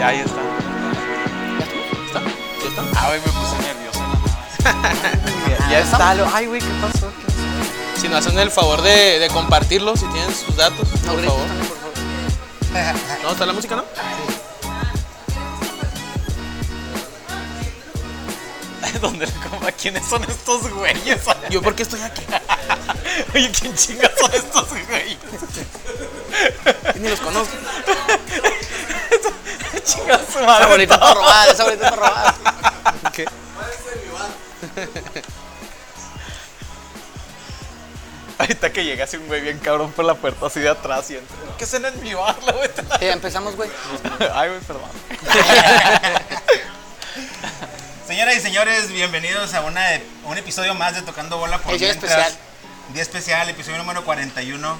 Ya, ahí está. ¿Está? ¿Ya está? Ah, güey, me puse nervioso. Ya está. Ay, güey, ¿qué pasó? Si nos hacen el favor de compartirlo, si tienen sus datos, por favor. También, por favor. ¿No? ¿Está la música, no? ¿Dónde le coma? ¿Quiénes son estos güeyes? ¿Yo por qué estoy aquí? Oye, ¿quién chingas son estos güeyes? Ni los conozco. Chingas su madre. Esa bolita está robada, ¿Qué? Ahorita que llegase un güey bien cabrón por la puerta así de atrás y entra. ¿Qué hacen en mi bar, la güey? Empezamos, güey. Ay, güey, perdón. Señoras y señores, bienvenidos a un episodio más de Tocando Bola por Edición Mientras. especial. Día especial, episodio número 41.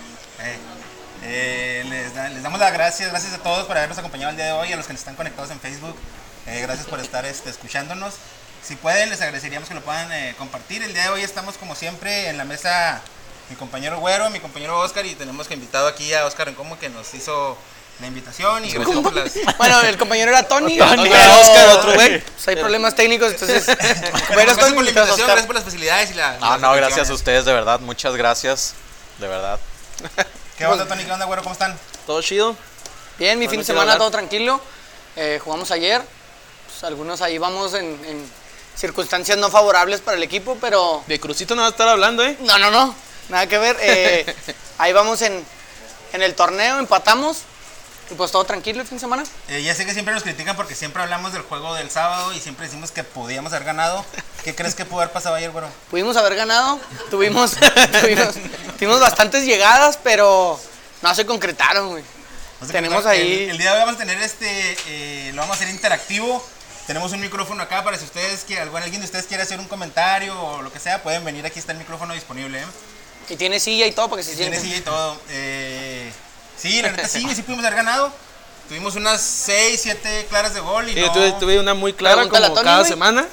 Les damos las gracias a todos por habernos acompañado el día de hoy, a los que están conectados en Facebook. Gracias por estar escuchándonos. Si pueden, les agradeceríamos que lo puedan compartir. El día de hoy estamos como siempre en la mesa mi compañero Güero, mi compañero Oscar, y tenemos que invitado aquí a Oscar Rencomo, que nos hizo la invitación. Y gracias por las... Bueno, el compañero era Tony. Oscar, otro güey. Pues hay problemas técnicos, entonces. Bueno, gracias por la invitación, gracias por las facilidades y la... No, gracias a ustedes, de verdad, muchas gracias, de verdad. ¿Qué onda, Tony? ¿Qué onda, Güero? ¿Cómo están? ¿Todo chido? Bien, mi Bueno, fin de quiero semana hablar. todo tranquilo. Jugamos ayer. Pues, algunos ahí vamos en circunstancias no favorables para el equipo, pero. De Crucito no va a estar hablando, ¿eh? No. Nada que ver. Ahí vamos en el torneo, empatamos. Y pues todo tranquilo el fin de semana. Ya sé que siempre nos critican porque siempre hablamos del juego del sábado y siempre decimos que podíamos haber ganado. ¿Qué crees que pudo haber pasado ayer, Güero? Pudimos haber ganado. Tuvimos bastantes llegadas, pero no se concretaron, güey. Vamos a Tenemos contar, ahí. El día de hoy vamos a tener lo vamos a hacer interactivo. Tenemos un micrófono acá para si ustedes alguien de ustedes quiere hacer un comentario o lo que sea, pueden venir, aquí está el micrófono disponible, ¿eh? Y tiene silla y todo para que se Tiene sienten. silla y todo. Sí, la neta sí pudimos haber ganado. Tuvimos unas 6, 7 claras de gol y Sí, no... tuve una muy clara Pregúntale como a Tony, cada güey. semana.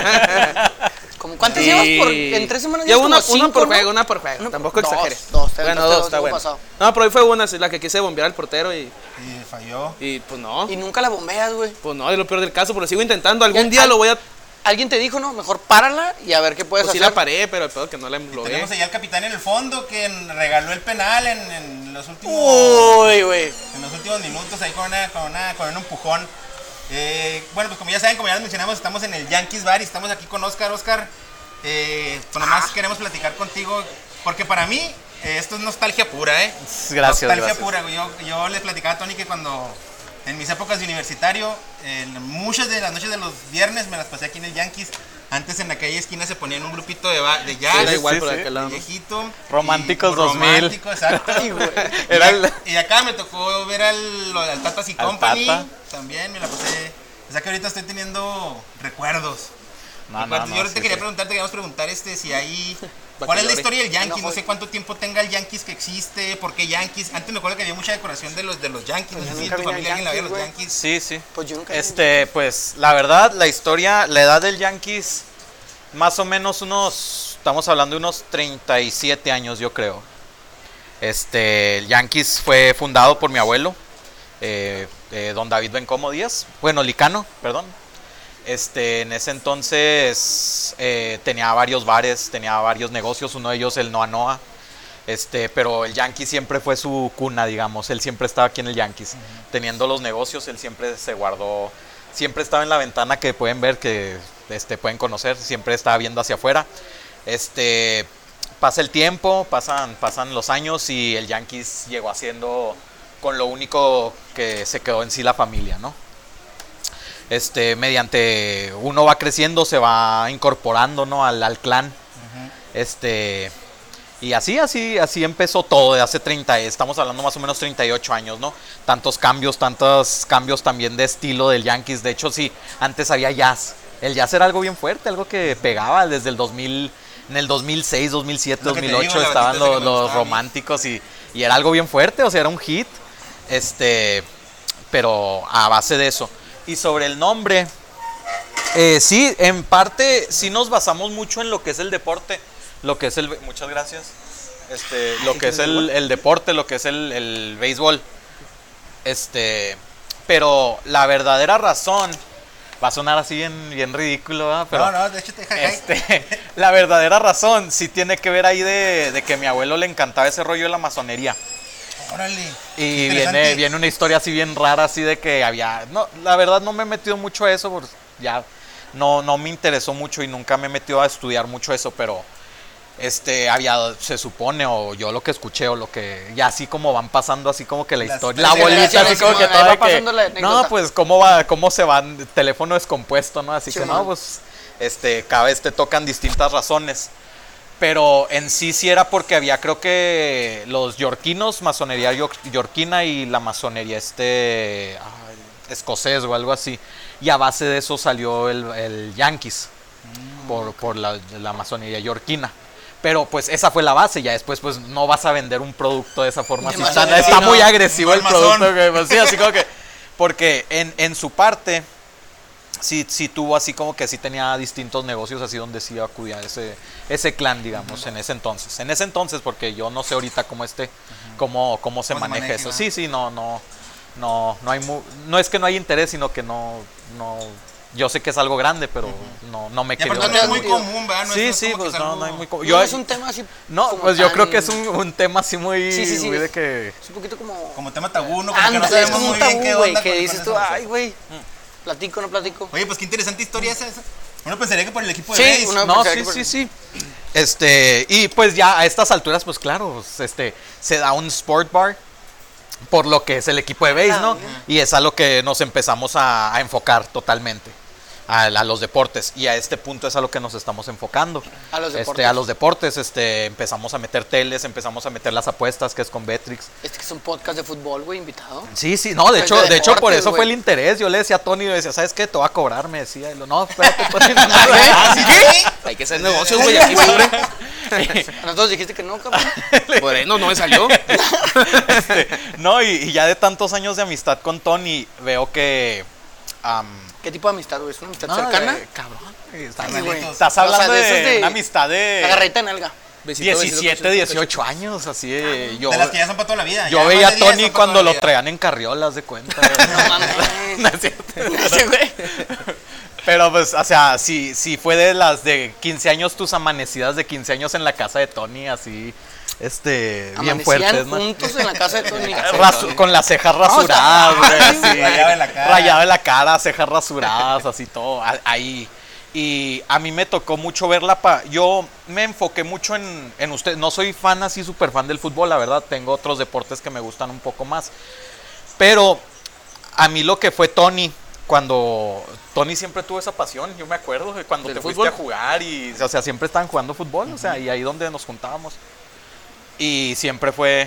¿Cuántas Sí. llevas en 3 semanas? Ya Llevas una como 5, por ¿no? juego, una por juego. Tampoco dos, exageres. dos, te Bueno, aventaste dos, dos está el bueno. pasado. No, pero hoy fue una, la que quise bombear al portero y falló. pues no. Y nunca la bombeas, güey. Pues no, es lo peor del caso, pero sigo intentando. Algún Ya, día lo voy a... Alguien te dijo, no, mejor párala y a ver qué puedes Pues sí hacer. la paré, pero el peor que no la logré. Tenemos allá al capitán en el fondo que regaló el penal en los últimos... Uy, güey. En los últimos minutos ahí con un empujón. Bueno, pues como ya saben, como ya les mencionamos, estamos en el Yankees Bar y estamos aquí con Oscar. Oscar, pues nomás queremos platicar contigo, porque para mí esto es nostalgia pura, Gracias, nostalgia gracias. pura, güey. Yo le platicaba a Tony que cuando, en mis épocas de universitario, muchas de las noches de los viernes me las pasé aquí en el Yankees. Antes en aquella esquina se ponían un grupito de jazz, Era igual sí, por sí. aquel lado. viejito. Románticos y- 2000. Romántico, exacto. Y acá me tocó ver al Tatas y Al Company. Tata. También me la pasé. O sea que ahorita estoy teniendo recuerdos. No, Yo ahorita sí, quería sí. preguntarte, queríamos preguntar si hay... Pa' ¿Cuál que es la llore. historia del Yankees? No, No sé cuánto tiempo tenga el Yankees que existe, por qué Yankees. Antes me acuerdo que había mucha decoración de los Yankees. Pues No yo sé si en nunca tu vine al familia alguien la veía los Yankees, Yankees. Sí, sí. Pues yo nunca. Pues la verdad, la historia, la edad del Yankees, más o menos estamos hablando de unos 37 años, yo creo. El Yankees fue fundado por mi abuelo, don David Bencomo Díaz, bueno, Licano, perdón. En ese entonces tenía varios bares, tenía varios negocios, uno de ellos el Noa Noa. Pero el Yankees siempre fue su cuna, digamos. Él siempre estaba aquí en el Yankees, teniendo los negocios. Él siempre se guardó, siempre estaba en la ventana que pueden ver, que pueden conocer. Siempre estaba viendo hacia afuera. Pasa el tiempo, pasan los años y el Yankees llegó haciendo con lo único que se quedó en sí la familia, ¿no? Mediante uno va creciendo, se va incorporando, ¿no? al clan. Y así empezó todo de hace 30, estamos hablando más o menos 38 años, ¿no? Tantos cambios también de estilo del Yankees. De hecho, sí, antes había jazz. El jazz era algo bien fuerte, algo que pegaba desde el 2000, en el 2006, 2007, Lo que te 2008 digo, la estaban batita esa que me los gustaba a mí. románticos y era algo bien fuerte, o sea, era un hit. Pero a base de eso. Y sobre el nombre, sí, en parte sí nos basamos mucho en lo que es el deporte, lo que es muchas gracias, lo que es el deporte, lo que es el béisbol, pero la verdadera razón, va a sonar así bien ridículo, ¿verdad? Pero, No, de hecho te deja la verdadera razón sí tiene que ver ahí de que a mi abuelo le encantaba ese rollo de la masonería. Órale. Y Interesante. viene una historia así bien rara, así de que había... No, la verdad no me he metido mucho a eso, porque ya no me interesó mucho y nunca me he metido a estudiar mucho eso, pero había, se supone, o yo lo que escuché, o lo que... Ya así como van pasando, así como que la Las historia... tres La bolita, así generaciones, como que Simón, ahí toda va de que... pasando la anécdota. No, pues cómo se van, teléfono descompuesto, ¿no? Así que Simón. no, pues cada vez te tocan distintas razones. Pero en sí era porque había, creo que los yorquinos, masonería yorquina y la masonería escocés o algo así. Y a base de eso salió el Yankees por la masonería yorquina. Pero pues esa fue la base, ya después pues no vas a vender un producto de esa forma. De Así, masonería, está no. muy agresivo No el el masón. producto. Que, pues, sí, así como que... Porque en su parte... Sí tuvo así como que sí tenía distintos negocios así donde sí acudía ese clan, digamos, en ese entonces. En ese entonces, porque yo no sé ahorita cómo cómo se maneja maneje, eso. ¿va? Sí, no hay no es que no hay interés, sino que no yo sé que es algo grande, pero no me Y quiero. aparte no es muy común, ¿verdad? No Sí, es como que pues es algo- no hay muy común. No es un tema así. No, como pues yo tan- creo que es un tema así muy, Sí, muy de que... Es un poquito como. Como tema tabú, ¿no? Como que no Ándale, es sabemos como muy un bien qué tabú, güey. onda Que con dices tú, eso. ay, güey. Platico, no platico. Oye, pues qué interesante historia esa. Uno pensaría que por el equipo de Sí, Reyes. uno- No, pues, sí. Y pues ya a estas alturas, pues claro, se da un sport bar por lo que es el equipo de base, ¿no? Y es a lo que nos empezamos a enfocar totalmente. A los deportes, y a este punto es a lo que nos estamos enfocando. A los deportes. A los deportes, empezamos a meter teles, empezamos a meter las apuestas, que es con Betrix. Este que es un podcast de fútbol, güey, invitado. Sí, no, de Es hecho, de por deportes, eso fue güey. el interés. Yo le decía a Tony, le decía, ¿sabes qué? Te voy a cobrar, me decía. Y lo, no, espérate, Tony, no, Hay que hacer negocios, güey, aquí, hombre. A nosotros dijiste que no, cabrón. Por ahí no me salió. No, y ya de tantos años de amistad con Tony, veo que... ¿Qué tipo de amistad, güey? ¿Es una amistad no, cercana? cabrón, Ay, Estás- güey. estás O sea, hablando de esos de una amistad de Agarradita en alga. Besito, 17, 18 años, así de... Yo, De las que ya son para toda la vida. yo Ya veía a más de 10 Tony son pa' cuando toda la lo vida. traían en carriolas de cuenta. No mames. No es cierto. Sí, güey. Pero pues, o sea, si fue de las de 15 años, tus amanecidas de 15 años en la casa de Tony, así, bien Amanecían fuertes, ¿no? juntos en la casa de Tony. Con las cejas rasuradas, güey, así. Rayado de la cara. Rayado de la cara, cejas rasuradas, así todo, ahí. Y a mí me tocó mucho verla, yo me enfoqué mucho en usted. No soy fan así, súper fan del fútbol, la verdad. Tengo otros deportes que me gustan un poco más. Pero a mí lo que fue Tony, cuando Tony siempre tuvo esa pasión, yo me acuerdo de cuando ¿Del te fútbol? fuiste a jugar y, o sea, siempre estaban jugando fútbol, o sea, y ahí donde nos juntábamos. Y siempre fue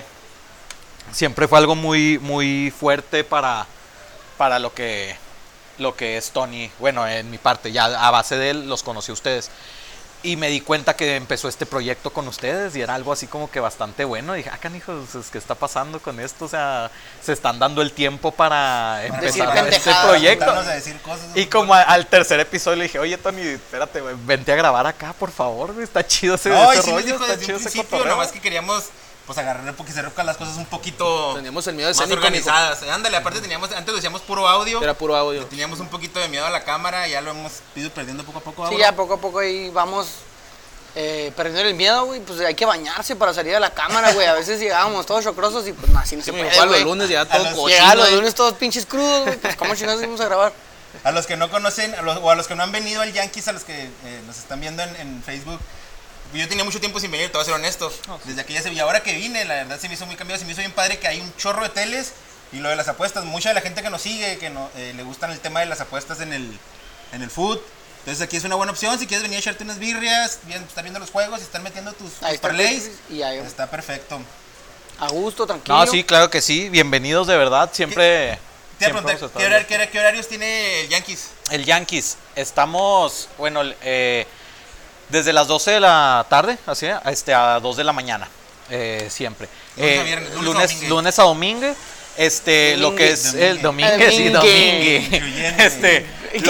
algo muy, muy fuerte para lo que es Tony. Bueno, en mi parte, ya a base de él los conocí a ustedes. Y me di cuenta que empezó este proyecto con ustedes y era algo así como que bastante bueno. Dije, canijos, ¿qué está pasando con esto? O sea, se están dando el tiempo para empezar este pendejadas, proyecto. Juntarnos a decir cosas de Y fútbol. como al tercer episodio le dije, oye Tony, espérate, güey, vente a grabar acá, por favor, güey, está chido ese, No, y ese sí nos rollo, dijo está desde chido un ese principio, cotorreo. nomás que queríamos pues agarrar porque se buscan las cosas un poquito Teníamos el miedo más escénico, organizadas. Ándale, aparte antes lo decíamos puro audio. Era puro audio. Teníamos un poquito de miedo a la cámara, ya lo hemos ido perdiendo poco a poco. Sí, ahora. ya poco a poco ahí vamos perdiendo el miedo, güey. Pues hay que bañarse para salir de la cámara, güey. A veces llegábamos todos chocrosos y pues no, así no Sí, se me puede, dijo, los güey. lunes ya todo los- cochino. Llegaba los ahí. lunes todos pinches crudos, güey. Pues cómo chingados íbamos a grabar. A los que no conocen, o a los que no han venido al Yankees, a los que nos están viendo en Facebook, yo tenía mucho tiempo sin venir, te voy a ser honesto. Desde aquella y ahora que vine, la verdad se me hizo muy cambiado, se me hizo bien padre que hay un chorro de teles y lo de las apuestas. Mucha de la gente que nos sigue, que le gustan el tema de las apuestas en el foot. Entonces aquí es una buena opción, si quieres venir a echarte unas birrias, estar viendo los juegos y estar metiendo tus Ahí está parlays, y ahí, está perfecto. a gusto, tranquilo. No, sí, claro que sí, bienvenidos de verdad, siempre... Te iba a siempre preguntar, vamos a estar ¿qué horarios tiene el Yankees? El Yankees, estamos, bueno, desde las 12 de la tarde, así, a 2 de la mañana, siempre. Lunes a viernes, Lunes a domingo, lo que es el domingo, sí, Domingue. domingue.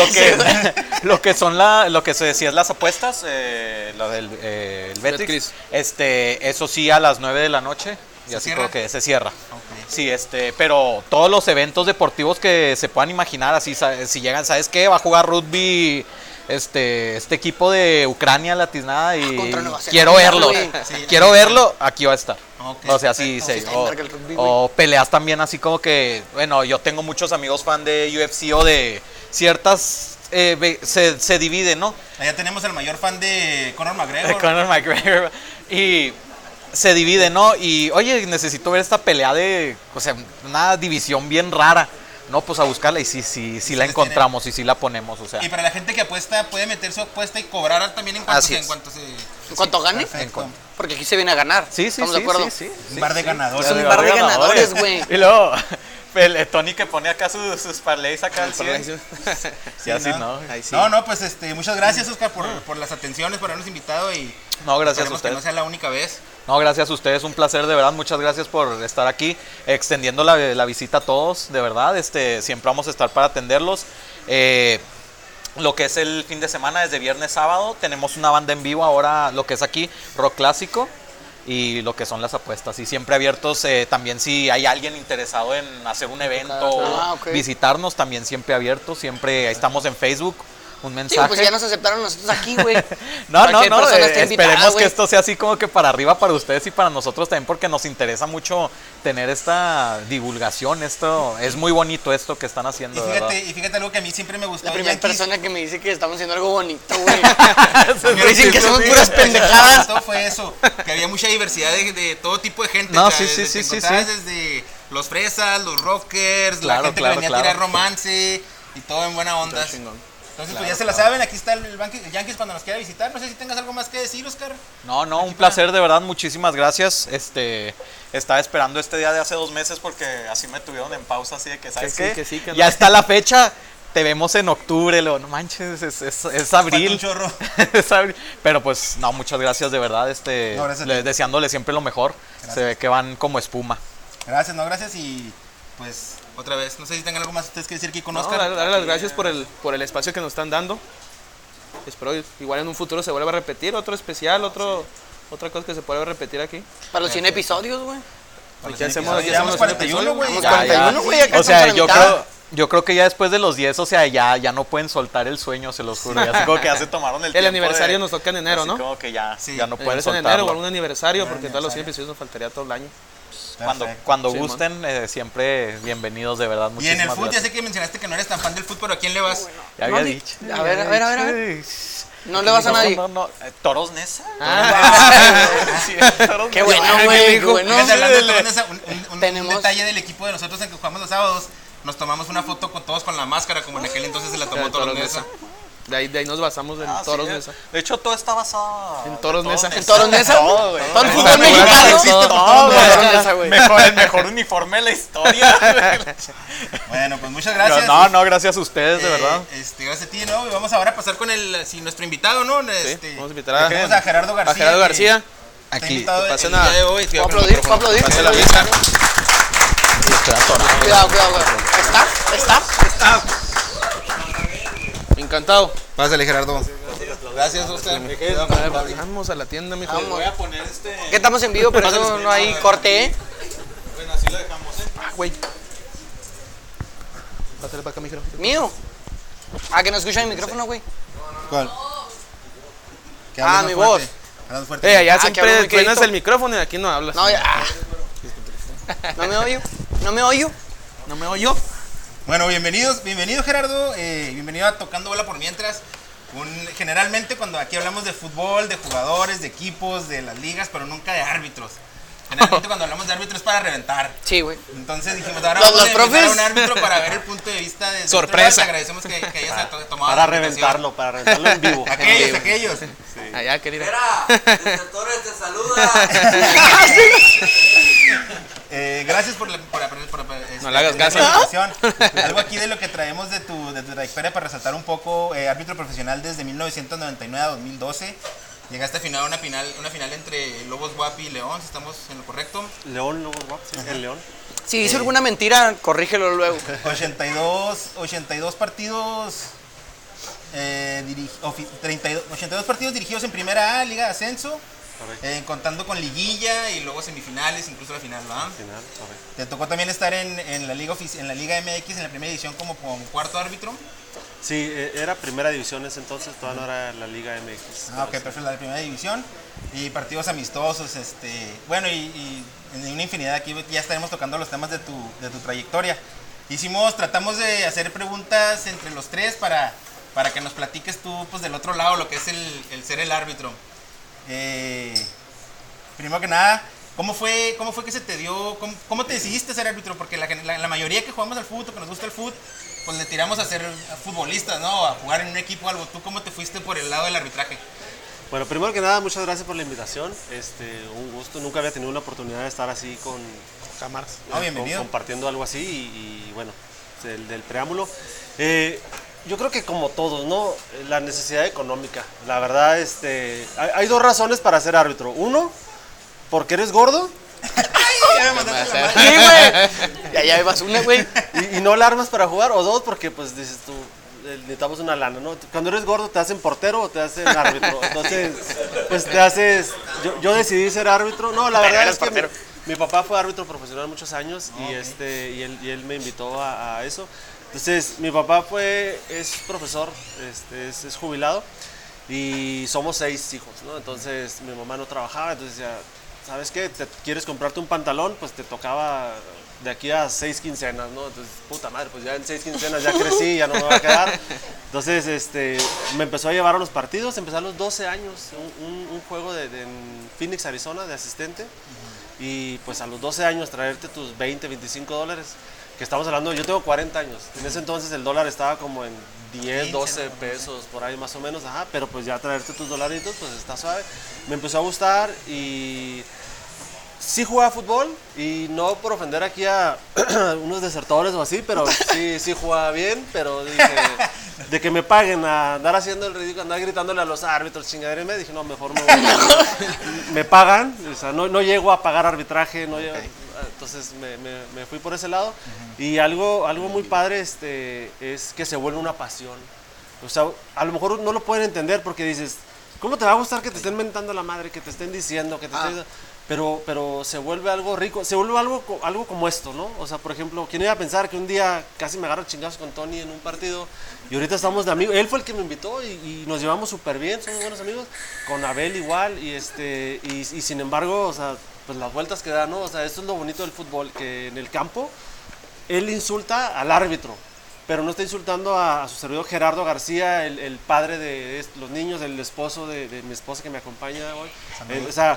Lo que son lo que se decía es las apuestas, lo del el Betrix, Betcris. eso sí a las 9 de la noche, y ¿Se así cierra? creo que se cierra. Ok. Sí, pero todos los eventos deportivos que se puedan imaginar, así, si llegan, ¿sabes qué? Va a jugar rugby este equipo de Ucrania, la tiznada, y Contra Nueva quiero Zelanda, verlo, güey. Sí, quiero verlo, aquí va a estar. Ok, O sea, sí, perfecto. sí. Sí, está bien verga el rugby, O peleas también así como que, bueno, yo tengo muchos amigos fan de UFC o de ciertas, se divide, ¿no? Allá tenemos al mayor fan de Conor McGregor. De Conor McGregor. Y se divide, ¿no? Y, oye, necesito ver esta pelea de, o sea, una división bien rara. No, pues a buscarla y sí la les encontramos y sí la ponemos, o sea. Y para la gente que apuesta, puede meter su apuesta y cobrar también en cuanto, Así es. en cuanto se... ¿En cuanto gane? Perfecto. Porque aquí se viene a ganar. Sí, ¿Estamos de acuerdo? Un bar de ganadores. Es un bar de ganadores, güey. Y luego, el Tony que pone acá sus parlays acá al 100. Sí, así, ¿no? Ahí sí. No, pues muchas gracias, Oscar, por las atenciones, por habernos invitado y No, gracias a esperemos que ustedes. no sea la única vez. No, gracias a ustedes, un placer, de verdad, muchas gracias por estar aquí, extendiendo la visita a todos, de verdad, siempre vamos a estar para atenderlos. Lo que es el fin de semana, desde viernes, sábado, tenemos una banda en vivo ahora, lo que es aquí, rock clásico, y lo que son las apuestas, y siempre abiertos, también si hay alguien interesado en hacer un evento, ok. visitarnos, también siempre abiertos, siempre estamos en Facebook. Un Sí, mensaje. pues ya nos aceptaron nosotros aquí, güey. No, Cualquier persona está invitada, esperemos güey. que esto sea así como que para arriba para ustedes y para nosotros también, porque nos interesa mucho tener esta divulgación. Esto es muy bonito esto que están haciendo, ¿verdad? Y fíjate algo que a mí siempre me gustó. La de primera Yankees. persona que me dice que estamos haciendo algo bonito, güey. Me dicen que somos puras Lo que pendejadas. me gustó fue eso, que había mucha diversidad de todo tipo de gente. No, o sea, sí, desde- sí, te sí, encontrabas sí. desde los fresas, los rockers, la Claro, gente claro, que venía claro. a tirar romance y todo en buena onda. chingón. Entonces, pues ya se la saben, aquí está el Yankees cuando nos quiera visitar. No sé si tengas algo más que decir, Oscar. No, un placer, de verdad, muchísimas gracias. Estaba esperando este día de hace 2 meses porque así me tuvieron en pausa, así de que, ¿sabes sí, qué? que sí, que no. Ya está la fecha, te vemos en octubre, no manches, es abril. Falta un chorro. Es abril. Pero pues, no, muchas gracias, de verdad, No, gracias a ti. deseándole siempre lo mejor. Gracias. Se ve que van como espuma. Gracias, gracias y pues otra vez. No sé si tengan algo más ustedes que decir aquí con No, Oscar. darle las gracias por el espacio que nos están dando. Espero igual en un futuro se vuelva a repetir otro especial, otra cosa que se pueda repetir aquí. Para los 100 episodios, güey. Para ¿Qué los hacemos? episodios. ¿Qué Llevamos hacemos los 41, güey. Vamos Ya, 41, güey. Acá O sea, estamos a la mitad. yo creo que ya después de los 10, o sea, ya no pueden soltar el sueño, se los juro. Ya así como que ya se tomaron el El tiempo aniversario de- nos toca en enero, así ¿no? como que ya no pueden Es en enero o soltarlo. algún aniversario, porque Algún todos los 100 aniversario. episodios nos faltaría todo el año. Perfecto. Cuando Sí, gusten, siempre bienvenidos, de verdad. Y en el Muchísimas fútbol, ya gracias. sé que mencionaste que no eres tan fan del fútbol, pero ¿a quién le vas? Ya había No, dicho. a ver, a ver, a ver, a ver. No le vas a nadie. No. ¿Toros Nesa? Sí, Toros Qué Nesa. bueno, Ay, güey, me dijo, qué bueno. Fíjate, hablando de sí, Toronesa, un Tenemos- detalle del equipo de nosotros en que jugamos los sábados, nos tomamos una foto con todos con la máscara, como en aquel entonces se la tomó De Toros Toronesa. Nesa. De ahí nos basamos en Ah, Toros sí, Nesa. De hecho, todo está basado En Toros Nesa. En Toros Nesa. Todo, güey. Todo el Todo, fútbol güey, mexicano. existe Todo, todo, güey. Toros Nesa, güey. El mejor uniforme de la historia. Bueno, pues muchas gracias. No, gracias a ustedes, de verdad. Gracias a ti, ¿no? Y vamos ahora a pasar con nuestro invitado, ¿no? Sí, vamos a invitar a- tenemos a Gerardo García. A Gerardo que García. está Aquí. invitado Pasen el a- día de hoy. ¿Puedo aplaudir? ¿Puedo aplaudir? Pase la mesa. Cuidado, cuidado. ¿Está? Encantado. Pásale, Gerardo. Gracias, Oscar. Vamos a la tienda, mijo. Vamos. Voy a poner Que estamos en vivo, pero eso no hay corte, ¿eh? Bueno, así lo dejamos, Güey. Pásale para acá, mijo. ¿Mío? Que no escucha mi micrófono, güey. ¿Cuál? Que Ah, hables mi más voz. fuerte. Hablas fuerte. Allá que hablo siempre muy truenas clarito. el micrófono y aquí no hablas. No, ya. ¿No me oyo? ¿No me oyo? ¿No me oyo? Bueno, bienvenido Gerardo, bienvenido a Tocando Bola por Mientras. Generalmente cuando aquí hablamos de fútbol, de jugadores, de equipos, de las ligas, pero nunca de árbitros. Generalmente cuando hablamos de árbitros es para reventar. Sí, güey. Entonces dijimos, ahora Los vamos a invitar profes. a un árbitro para ver el punto de vista de Sorpresa. Te agradecemos que hayas tomado Para la invitación. reventarlo en vivo. Aquellos. Allá, querida. Desde Torres te saluda. Gracias por No le hagas caso. la invitación. Algo aquí de lo que traemos de tu trayectoria para resaltar un poco, árbitro profesional desde 1999 a 2012. Llegaste a una final entre Lobos Guapi y León, si estamos en lo correcto. León, no, sí, el León. Si hizo alguna mentira, corrígelo luego. 82 partidos 82 partidos dirigidos en Primera A, Liga de Ascenso, correcto. Contando con liguilla y luego semifinales, incluso la final, ¿verdad? Final, correcto. Te tocó también estar en la Liga en la Liga MX en la primera edición como cuarto árbitro. Sí, era primera división en ese entonces, todavía no era la Liga MX. Ah, ok, perfecto, la de primera división. Y partidos amistosos, bueno, y en una infinidad aquí ya estaremos tocando los temas de tu trayectoria. Tratamos de hacer preguntas entre los tres para que nos platiques tú, pues, del otro lado, lo que es el ser el árbitro. Primero que nada, ¿cómo fue que se te dio, cómo te decidiste ser árbitro? Porque la mayoría que jugamos al fútbol, que nos gusta el fútbol, pues le tiramos a ser futbolistas, ¿no? A jugar en un equipo o algo. ¿Tú cómo te fuiste por el lado del arbitraje? Bueno, primero que nada, muchas gracias por la invitación. Un gusto, nunca había tenido una oportunidad de estar así con Cámaras. Bienvenido. compartiendo algo así y bueno, del preámbulo. Yo creo que como todos, ¿no? La necesidad económica. La verdad, hay dos razones para ser árbitro. Uno, porque eres gordo. Ya me mandaste la madre. Sí, güey. Ya ibas una, güey. Y no la armas para jugar. O dos, porque pues dices tú, necesitamos una lana, ¿no? Cuando eres gordo, ¿te hacen portero o te hacen árbitro? Entonces, pues te haces... Yo decidí ser árbitro. No, la verdad es que mi papá fue árbitro profesional muchos años y él me invitó a eso. Entonces, mi papá es profesor, es jubilado y somos 6 hijos, ¿no? Entonces, mi mamá no trabajaba, entonces decía, ¿sabes qué? ¿Quieres comprarte un pantalón? Pues te tocaba de aquí a 6 quincenas, ¿no? Entonces, puta madre, pues ya en 6 quincenas ya crecí, ya no me va a quedar. Entonces, me empezó a llevar a los partidos, empecé a los 12 años, un juego en Phoenix, Arizona, de asistente. Y pues a los 12 años traerte tus 20, 25 dólares, que estamos hablando, yo tengo 40 años. En ese entonces el dólar estaba como en 10, 12 pesos, por ahí más o menos, ajá, pero pues ya traerte tus dolaritos, pues está suave. Me empezó a gustar y sí jugaba fútbol y no por ofender aquí a unos desertores o así, pero sí jugaba bien, pero dije, de que me paguen a andar haciendo el ridículo, andar gritándole a los árbitros, chingadera, y me dije, no, mejor me pagan, o sea, no llego a pagar arbitraje, no llego, entonces me fui por ese lado. Y algo muy padre es que se vuelve una pasión. O sea, a lo mejor no lo pueden entender porque dices, ¿cómo te va a gustar que te estén mentando la madre, que te estén diciendo, que te estén... Pero se vuelve algo rico, se vuelve algo como esto, ¿no? O sea, por ejemplo, ¿quién iba a pensar que un día casi me agarro chingados con Tony en un partido y ahorita estamos de amigos? Él fue el que me invitó y nos llevamos súper bien, somos buenos amigos, con Abel igual y sin embargo, o sea, pues las vueltas que da, ¿no? O sea, esto es lo bonito del fútbol, que en el campo él insulta al árbitro, pero no está insultando a su servidor Gerardo García, el padre de los niños, el esposo de mi esposa que me acompaña hoy. O sea,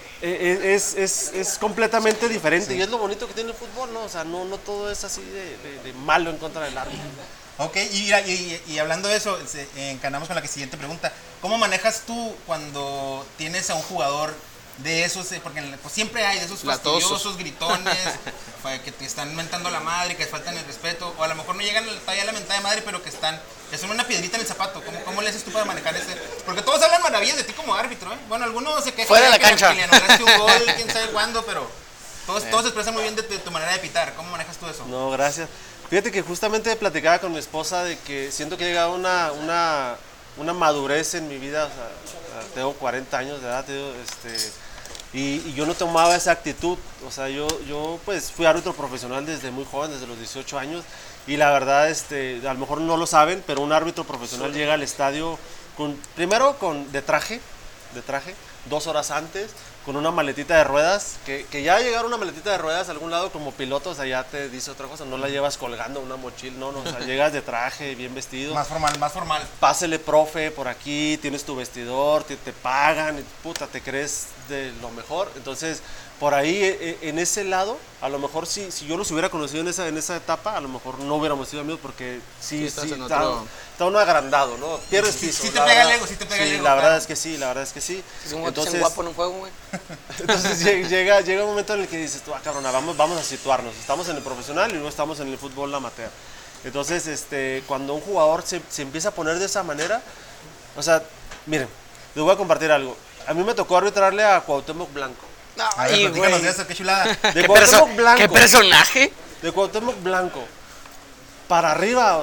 es completamente diferente, sí. Y es lo bonito que tiene el fútbol, ¿no? O sea, no todo es así de malo en contra del árbitro. Ok, y hablando de eso, encanamos con la siguiente pregunta. ¿Cómo manejas tú cuando tienes a un jugador de esos, porque pues siempre hay de esos fastidiosos, gritones, que te están mentando la madre, que faltan el respeto, o a lo mejor no llegan a la mentada de madre, pero que son una piedrita en el zapato? ¿Cómo le haces tú para manejar ese? Porque todos hablan maravillas de ti como árbitro, ¿eh? Bueno, algunos se quejan fuera de la cancha, que le anulaste un gol, quién sabe cuándo, pero todos expresan muy bien de tu manera de pitar. ¿Cómo manejas tú eso? No, gracias. Fíjate que justamente platicaba con mi esposa de que siento que ha llegado una madurez en mi vida. O sea, tengo 40 años de edad, y yo no tomaba esa actitud. O sea, yo pues fui árbitro profesional desde muy joven, desde los 18 años, y la verdad, a lo mejor no lo saben, pero un árbitro profesional llega al estadio primero de traje, 2 horas antes, con una maletita de ruedas, que ya llegar una maletita de ruedas a algún lado como piloto, o sea, ya te dice otra cosa, no la llevas colgando una mochila, no, o sea, llegas de traje, bien vestido. Más formal. Pásele, profe, por aquí, tienes tu vestidor, te pagan, y, puta, te crees de lo mejor. Entonces, por ahí, en ese lado, a lo mejor si yo los hubiera conocido en esa etapa, a lo mejor no hubiéramos sido amigos, porque está uno agrandado, ¿no? Pierdes piso. Sí te pega el ego, Sí, la verdad es que sí. Es un guapo en un juego, güey. Entonces llega un momento en el que dices tú, cabrona, vamos a situarnos. Estamos en el profesional y luego estamos en el fútbol amateur. Entonces, cuando un jugador se empieza a poner de esa manera, o sea, miren, les voy a compartir algo. A mí me tocó arbitrarle a Cuauhtémoc Blanco. A ver, platícanos de eso, qué chulada. De Cuauhtémoc Blanco. ¿Qué personaje? De Cuauhtémoc Blanco. Para arriba, o sea,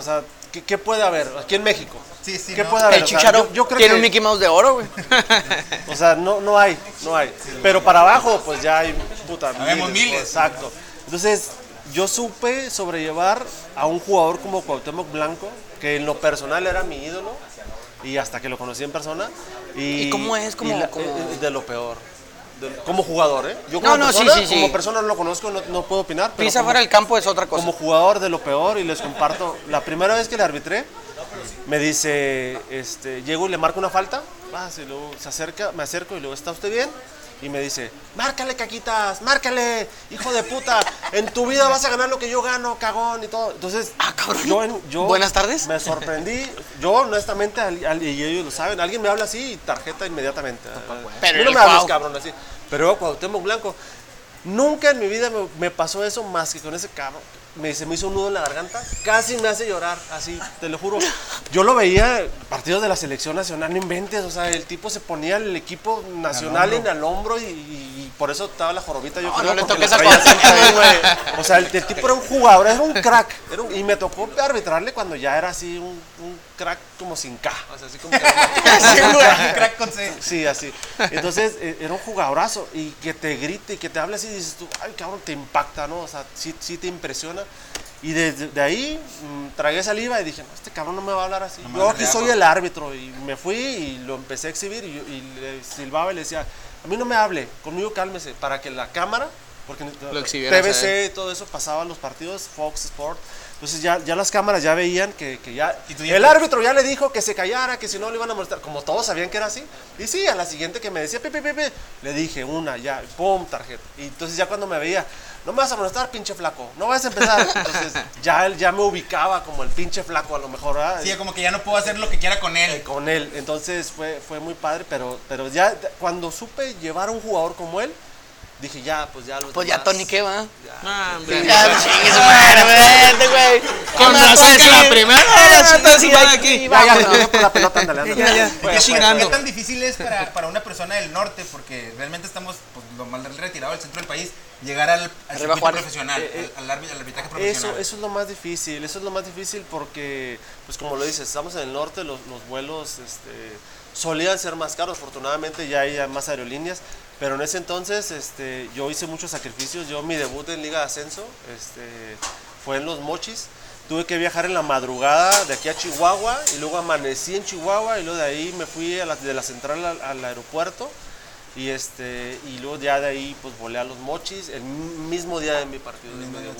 ¿qué puede haber aquí en México? Sí, sí, ¿Qué ¿no? puede haber? El O sea, Chicharo yo creo tiene que, un Mickey Mouse de oro, güey. o sea, no hay. Pero para abajo, pues ya hay, puta, Habemos miles. Exacto. Entonces, yo supe sobrellevar a un jugador como Cuauhtémoc Blanco, que en lo personal era mi ídolo, y hasta que lo conocí en persona. ¿Y cómo es? De lo peor. Como jugador, ¿eh? Yo No, como, no, persona, sí. como persona no lo conozco, no puedo opinar. Pero Pisa como, fuera del campo es otra cosa. como jugador de lo peor, y les comparto, la primera vez que le arbitré, me dice, llego y le marco una falta, y luego me acerco y luego, ¿está usted bien? Y me dice, márcale, Caquitas, márcale, hijo de puta, en tu vida vas a ganar lo que yo gano, cagón y todo. Entonces, cabrón. yo Buenas tardes. me sorprendí, yo honestamente, y ellos lo saben, alguien me habla así y tarjeta inmediatamente. Pero no el me hables, Cuau. cabrón, así. Pero Cuauhtémoc Blanco, nunca en mi vida me pasó eso más que con ese cabrón. Se me hizo un nudo en la garganta, casi me hace llorar, así, te lo juro. Yo lo veía, partidos de la selección nacional, no inventes, o sea, el tipo se ponía el equipo nacional en el hombro y por eso estaba la jorobita, yo creo. No le porque toques la a traía Cuauhtémoc. siempre ahí, güey. O sea, el tipo era un jugador, era un crack, y me tocó arbitrarle cuando ya era así un crack como sin K, o sea, así como que Un crack con C. sí, así. Entonces, era un jugadorazo y que te grite y que te hable así, dices tú, ay, cabrón, te impacta, ¿no? O sea, sí te impresiona. Y de ahí tragué saliva y dije, no, este cabrón no me va a hablar así. Yo aquí soy el árbitro y me fui y lo empecé a exhibir y le silbaba y le decía, a mí no me hable, conmigo cálmese, para que la cámara, porque exhibieras a TVC y todo eso pasaba los partidos, Fox Sport. Entonces ya las cámaras ya veían que ya Y tú ya el árbitro ya le dijo que se callara, que si no le iban a molestar. Como todos sabían que era así. Y sí, a la siguiente que me decía, Pepe, le dije una, ya, pum, tarjeta. Y entonces ya cuando me veía, no me vas a molestar, pinche flaco, no vas a empezar. Entonces él ya me ubicaba como el pinche flaco a lo mejor, ¿verdad? Sí, como que ya no puedo hacer lo que quiera con él. Con él. Entonces fue muy padre, pero ya cuando supe llevar a un jugador como él, dije, ya, pues ya los Pues ya demás, Tony, ¿qué va? Ah, hombre. Ya, chingue su madre, güey. Con razón que la primera. Entonces sí va aquí. Ya, por la pelota, ándale. ¿Qué chingando? ¿Qué tan difícil es para una persona del norte? Porque realmente estamos pues, lo más retirado del centro del país, llegar al circuito Juárez. profesional, al arbitraje profesional. Eso es lo más difícil, porque, pues como lo dices, estamos en el norte, los vuelos solían ser más caros, afortunadamente ya hay más aerolíneas, pero en ese entonces yo hice muchos sacrificios. Mi debut en Liga de Ascenso fue en Los Mochis. Tuve que viajar en la madrugada de aquí a Chihuahua y luego amanecí en Chihuahua y luego de ahí me fui de la central al aeropuerto y luego ya de ahí pues volé a Los Mochis el mismo día de mi partido.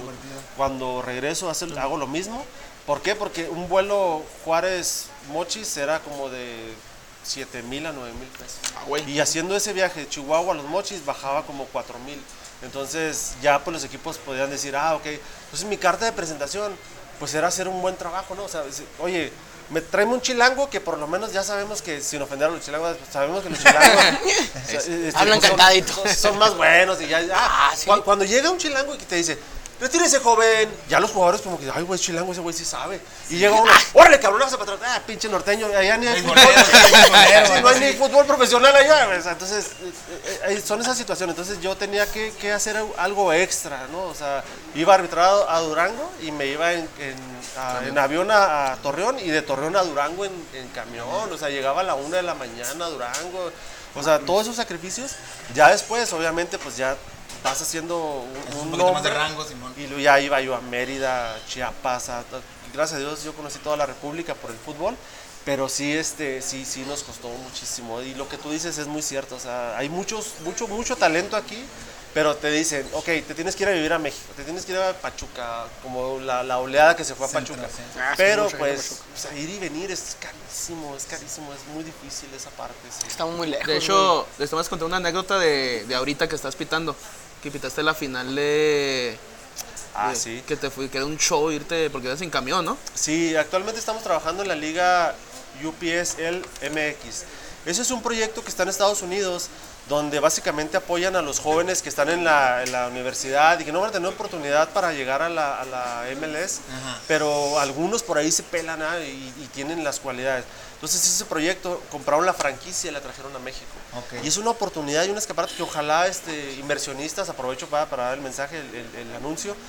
Cuando regreso hago lo mismo. ¿Por qué? Porque un vuelo Juárez-Mochis era como de 7,000 a 9,000 pesos. Y haciendo ese viaje de Chihuahua a Los Mochis bajaba como 4,000. Entonces ya pues los equipos podían decir, ok. Entonces mi carta de presentación pues era hacer un buen trabajo, ¿no? O sea, oye, tráeme un chilango que por lo menos ya sabemos que, sin ofender a los chilangos, sabemos que los chilangos hablan cantadito. son más buenos y ya. Sí. Cuando llega un chilango y que te dice, retírese, joven, ya los jugadores como que, ay, güey, chilango, ese güey sí sabe. Y llega uno, órale, cabrón, vas a patrón, pinche norteño, allá ni hay fútbol. No hay ni fútbol profesional allá, güey. O sea, entonces, son esas situaciones. Entonces yo tenía que hacer algo extra, ¿no? O sea, iba a arbitrar a Durango y me iba en avión a Torreón y de Torreón a Durango en camión. O sea, llegaba a la 1 de la mañana a Durango. O sea, todos esos sacrificios. Ya después, obviamente, pues ya vas haciendo un poquito más de nombre, rango, Simón. y luego ya iba yo a Mérida, Chiapas, gracias a Dios yo conocí toda la República por el fútbol, pero sí nos costó muchísimo. Y lo que tú dices es muy cierto, o sea, hay mucho talento aquí, pero te dicen, ok, te tienes que ir a vivir a México, te tienes que ir a Pachuca, como la oleada que se fue a Pachuca. Pero pues, o sea, ir y venir es carísimo, es muy difícil esa parte. Sí. Estamos muy lejos. De hecho, les estamos contando una anécdota de ahorita que estás pitando. Que pitaste la final Sí. Que que era un show irte, porque eras en camión, ¿no? Sí, actualmente estamos trabajando en la liga UPSL MX. Ese es un proyecto que está en Estados Unidos, donde básicamente apoyan a los jóvenes que están en la universidad y que no van a tener oportunidad para llegar a la MLS, pero algunos por ahí se pelan y tienen las cualidades. Entonces ese proyecto, compraron la franquicia y la trajeron a México. Y es una oportunidad y un escaparate que ojalá inversionistas, aprovecho para dar el mensaje, el anuncio,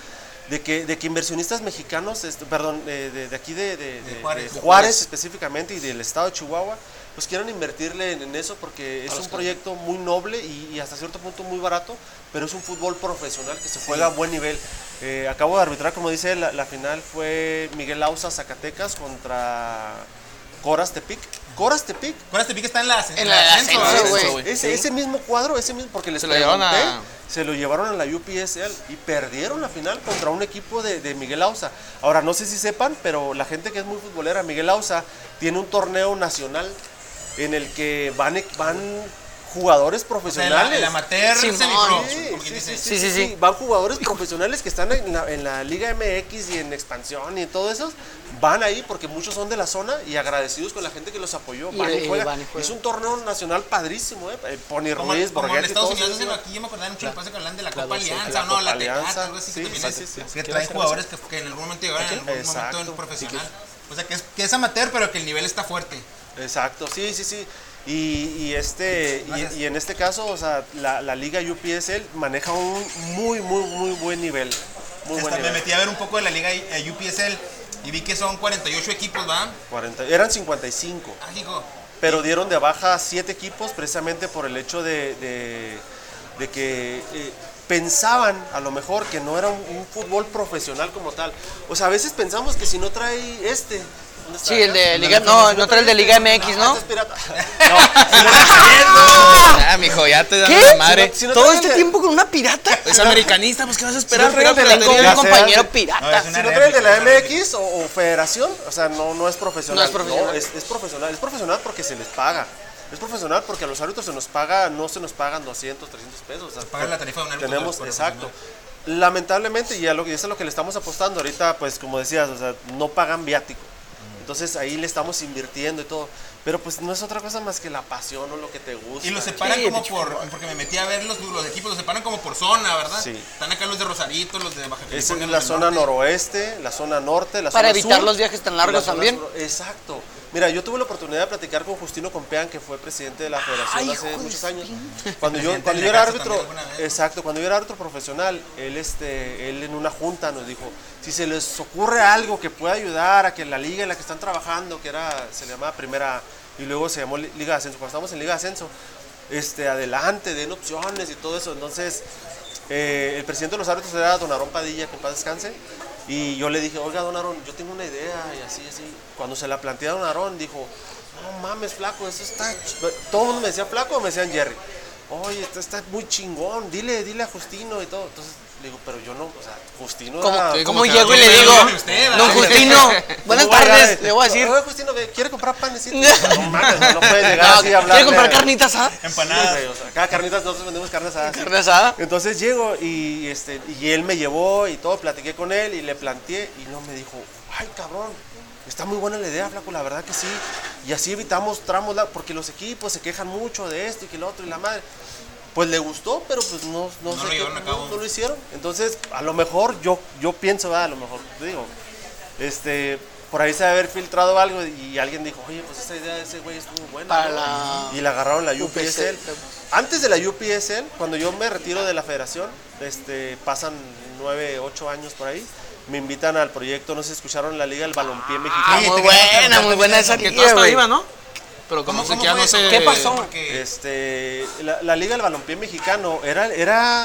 de que inversionistas mexicanos, perdón, de aquí de Juárez. Juárez específicamente y del estado de Chihuahua, pues quieran invertirle en eso porque es un proyecto muy noble y hasta cierto punto muy barato, pero es un fútbol profesional que se juega a buen nivel. Acabo de arbitrar, como dice, la final fue Miguel Ausa Zacatecas contra Coras Tepic. Coras Tepic está en la ascenso, güey. ese mismo cuadro, porque les Se lo llevaron se lo llevaron a la UPSL y perdieron la final contra un equipo de Miguel Ausa. Ahora, no sé si sepan, pero la gente que es muy futbolera, Miguel Ausa tiene un torneo nacional en el que van jugadores profesionales. El amateur Simón. semipro. Sí. Van jugadores profesionales que están en la Liga MX y en expansión y todo eso. Van ahí porque muchos son de la zona y agradecidos con la gente que los apoyó. Van y juegan. Es un torneo nacional padrísimo, Pony Ruiz, Como en Borghetti, Estados todos Unidos, esos, aquí yo me acordaba mucho del pase que hablan de la Copa sí, Alianza, la ¿no? Copa La Alianza, Tecate, algo así sí, que también sí. que traen jugadores que en algún momento llegaron en algún Exacto. momento en profesional. O sea, que es amateur, pero que el nivel está fuerte. Exacto, sí. Y en este caso, o sea, la liga UPSL maneja un muy buen nivel. Me metí a ver un poco de la liga UPSL y vi que son 48 equipos, ¿va? Eran 55. Ah, hijo. Pero dieron de baja 7 equipos precisamente por el hecho de que pensaban a lo mejor que no era un fútbol profesional como tal. O sea, a veces pensamos que si no trae Sí, el de Liga, no trae el de Liga MX, ¿no? Es pirata. Ah, mijo, ya te dan ¿Qué? la madre. Si no ¿Todo trae este el de- tiempo con una pirata? Es americanista, pues ¿qué vas a esperar? Si no trae el de la Tengo un Ya compañero sé. pirata. Si no trae el de la MX o Federación, o sea, no es profesional. No es profesional. Es profesional. Es profesional porque se les paga. Es profesional porque a los árbitros no se nos pagan 200, 300 pesos. O sea, Pagan la tarifa de un árbitro tenemos, profesional. exacto. Lamentablemente, y eso es lo que le estamos apostando ahorita, pues como decías, o sea, no pagan viático. Entonces ahí le estamos invirtiendo y todo. Pero pues no es otra cosa más que la pasión o lo que te gusta. Y los separan como porque me metí a ver los equipos, los separan como por zona, ¿verdad? Sí. Están acá los de Rosarito, los de Baja Esa California. es los la del zona norte. noroeste, la zona norte, la Para zona evitar sur los viajes tan y largos la zona también. sur. Exacto. Mira, yo tuve la oportunidad de platicar con Justino Compeán, que fue presidente de la federación Ay, hace hijo de muchos su años. pinche. Cuando yo Presidente del era Necaxa árbitro, también alguna vez. exacto, cuando yo era árbitro profesional, él en una junta nos dijo, si se les ocurre algo que pueda ayudar a que la liga en la que están trabajando, se le llamaba Primera y luego se llamó Liga de Ascenso, cuando estábamos en Liga de Ascenso, adelante, den opciones y todo eso. Entonces, el presidente de los árbitros era don Aarón Padilla, que en paz descanse, y yo le dije, oiga, don Aarón, yo tengo una idea, y así. Cuando se la planteé a don Aarón, dijo, no mames, flaco, eso está... Todo el mundo me decía flaco o me decían Jerry. Oye, esto está muy chingón, dile a Justino y todo. Entonces le digo, pero yo no, o sea, Justino era... ¿Cómo que llego y le pero digo, dígame usted, ¿verdad? don Justino, buenas ¿Cómo voy a tardes, llegar? le voy a decir. Oye, Justino, ¿quiere comprar panecitos? No mames, no puedes llegar así a hablar. ¿Quiere comprar carnitas asada? Empanadas. O sea, acá carnitas, nosotros vendemos carnes asadas. ¿Carne asada? Entonces llego y él me llevó y todo, platiqué con él y le planteé y no me dijo, ay cabrón, está muy buena la idea, flaco, la verdad que sí. Y así evitamos tramos, porque los equipos se quejan mucho de esto y que lo otro y la madre. Pues le gustó, pero pues no lo sé llevaron a cabo. no lo hicieron. Entonces, a lo mejor yo pienso, a lo mejor, te digo, por ahí se debe haber filtrado algo y alguien dijo, oye, pues esa idea de ese güey estuvo buena. Para ¿no? la Y la agarraron la UPSL. Antes de la UPSL, cuando yo me retiro de la federación, pasan 9, 8 años por ahí, me invitan al proyecto, no sé si escucharon la Liga del Balompié Mexicano. Oye, Muy buena esa Que liga, todo está güey. viva, ¿no? Pero como ¿Cómo que ya fue no eso? sé... ¿Qué pasó? Porque La Liga del Balompié Mexicano era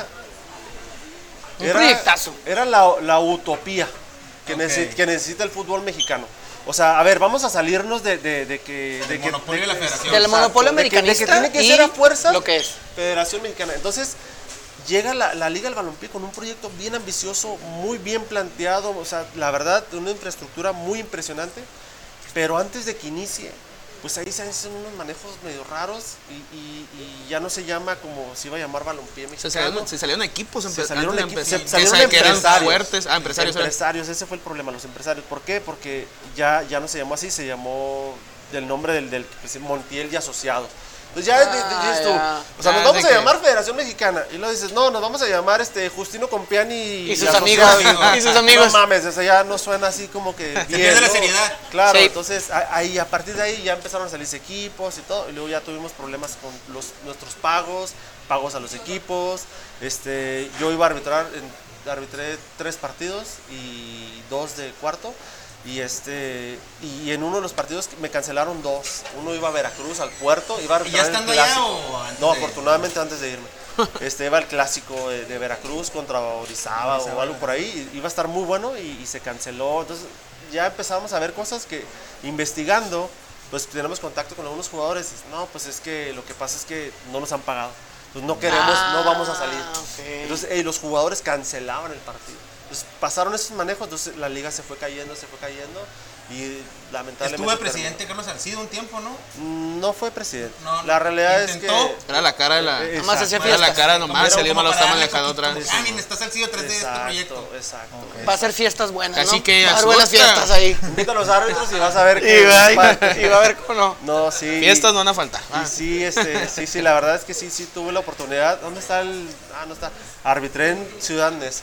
Un proyectazo. Era la utopía que, Ok. que necesita el fútbol mexicano. O sea, a ver, vamos a salirnos de que... Del monopolio de la federación. Del monopolio de que americanista tiene que y ser a fuerza lo que es. Federación Mexicana. Entonces, llega la Liga del Balompié con un proyecto bien ambicioso, muy bien planteado, o sea, la verdad, una infraestructura muy impresionante, pero antes de que inicie, pues ahí se hacen unos manejos medio raros y ya no se llama como se iba a llamar Balompié Mexicano. Se salieron equipos Se salieron antes de equipos, empezar, salieron que eran empresarios. fuertes. Ah, empresarios. Empresarios, ese fue el problema, los empresarios. ¿Por qué? Porque ya no se llamó así, se llamó del nombre del Montiel y Asociados. Entonces ya dices tú, ya. o sea, Ya, nos vamos de a que- llamar Federación Mexicana. Y luego dices, no, nos vamos a llamar Justino Compeán Y sus Asociados. amigos. Y sus amigos. No mames, o sea, ya no suena así como que bien. pierde la ¿no? seriedad. Claro, Sí. entonces ahí, a partir de ahí ya empezaron a salirse equipos y todo. Y luego ya tuvimos problemas con nuestros pagos a los equipos. Yo iba a arbitrar arbitré 3 partidos y 2 de cuarto. Y en uno de los partidos me cancelaron 2. Uno iba a Veracruz, al puerto. Iba a ¿Y ya estando allá o antes? No, afortunadamente antes de irme. Iba el clásico de Veracruz contra Orizaba o algo por ahí. Iba a estar muy bueno y se canceló. Entonces ya empezamos a ver cosas que investigando, pues tenemos contacto con algunos jugadores. No, pues es que lo que pasa es que no nos han pagado. Pues no queremos, no vamos a salir. Okay. Entonces los jugadores cancelaban el partido. Entonces pasaron esos manejos, entonces la liga se fue cayendo y lamentablemente... Estuvo el presidente Carlos Salcido un tiempo, ¿no? No fue presidente. No, la realidad intentó. es que... Era la cara de la... Nomás hacía Era la fiestas. cara nomás, Pero salía como malo, para estaban darle dejando otra poquito, vez. Ah, miren, está Salcido 3 de este proyecto. Exacto. Va a hacer fiestas buenas, Así ¿no? que va a haber buenas asusta. fiestas ahí. Invita a los árbitros y vas a ver Y que... va a ver cómo no. No, sí. Fiestas no van a faltar. Y sí, la verdad es que sí tuve la oportunidad. ¿Dónde está el...? No está. Arbitré en Ciudad Neza.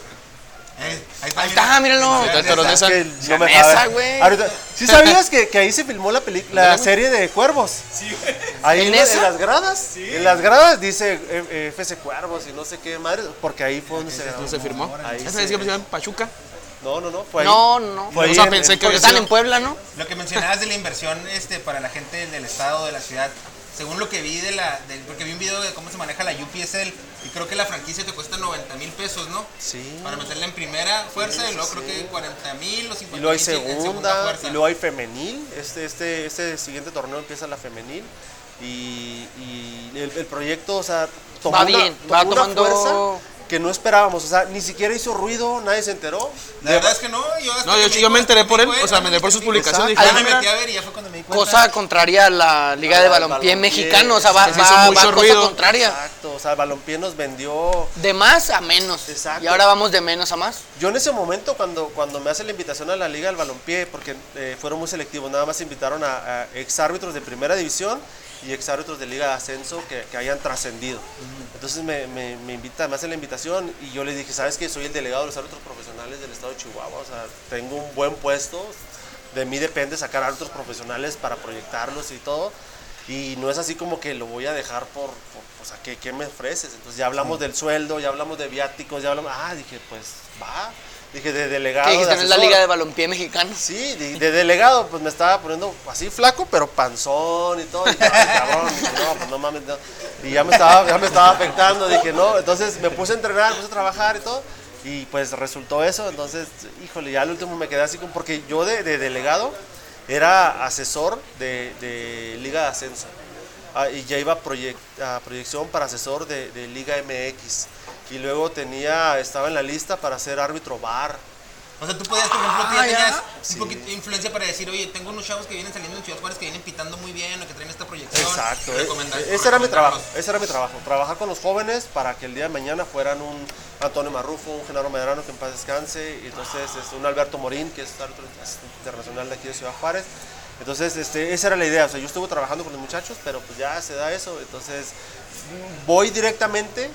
Ahí está, míralo. Está Toro Neza. Que no me Neza, deja ver. güey. Ahorita, ¿sí sabías que ahí se filmó la serie de Cuervos? Sí, güey. Ahí ¿En en esa? las gradas. En las gradas dice FC Cuervos y no sé qué madre, porque ahí fue donde se grabó. ¿No se firmó? Ahí ¿Esa sí. decía que se llama Pachuca? No, fue ahí. No. Fue ahí O sea, en- pensé en- que Porque había están sido- en Puebla, ¿no? Lo que mencionabas de la inversión para la gente del estado, de la ciudad, según lo que vi porque vi un video de cómo se maneja la UPSL y creo que la franquicia te cuesta 90,000 pesos, ¿no? Sí. Para meterla en primera fuerza y luego creo que 40,000 o 50,000 Y luego hay en segunda, fuerza. y luego hay femenil. Este siguiente torneo empieza la femenil. Y el proyecto, o sea, tomó Va una, bien, tomó va una tomando- fuerza que no esperábamos. O sea, ni siquiera hizo ruido, nadie se enteró. La verdad es que no, yo hasta No, que yo me enteré por él, dijo o sea, me enteré por sus publicaciones. Exacto. Dije, Ya me ah, metí mira. a ver y ya fue cuando me di cuenta. Cosa contraria a la Liga de Balompié mexicano. O sea, va se hizo mucho cosa ruido. contraria. Exacto, o sea, Balompié nos vendió. De más a menos. Exacto. Y ahora vamos de menos a más. Yo en ese momento, cuando me hace la invitación a la Liga del Balompié, porque fueron muy selectivos, nada más invitaron a exárbitros de primera división y exárbitros de Liga de Ascenso que hayan trascendido. Entonces me invita, me hace la invitación y yo le dije, ¿sabes qué? Soy el delegado de los árbitros profesionales del estado de Chihuahua, o sea, tengo un buen puesto, de mí depende sacar árbitros profesionales para proyectarlos y todo. Y no es así como que lo voy a dejar o sea, ¿qué me ofreces? Entonces ya hablamos del sueldo, ya hablamos de viáticos, ya hablamos, dije, pues va. Dije, de delegado, Que dijiste, de no es la asesor. Liga de Balompié mexicano. Sí, de delegado, pues me estaba poniendo así flaco, pero panzón y todo. Y dije, ay, cabrón, dije, no, pues no mames. No. Y ya me estaba afectando, dije, no. Entonces me puse a entrenar, me puse a trabajar y todo. Y pues resultó eso. Entonces, híjole, ya al último me quedé así como, porque yo de delegado era asesor de Liga de Ascenso. Y ya iba a proyección para asesor de Liga MX. Y luego estaba en la lista para ser árbitro VAR. O sea, tú podías, por ejemplo, tú ya tenías Sí. un poquito de influencia para decir, oye, tengo unos chavos que vienen saliendo en Ciudad Juárez que vienen pitando muy bien o que traen esta proyección. Exacto, Recomendarlos. ese era mi trabajo, trabajar con los jóvenes para que el día de mañana fueran un Antonio Marrufo, un Genaro Medrano que en paz descanse, y entonces un Alberto Morín que es árbitro internacional de aquí de Ciudad Juárez. Entonces esa era la idea, o sea, yo estuve trabajando con los muchachos, pero pues ya se da eso, entonces voy directamente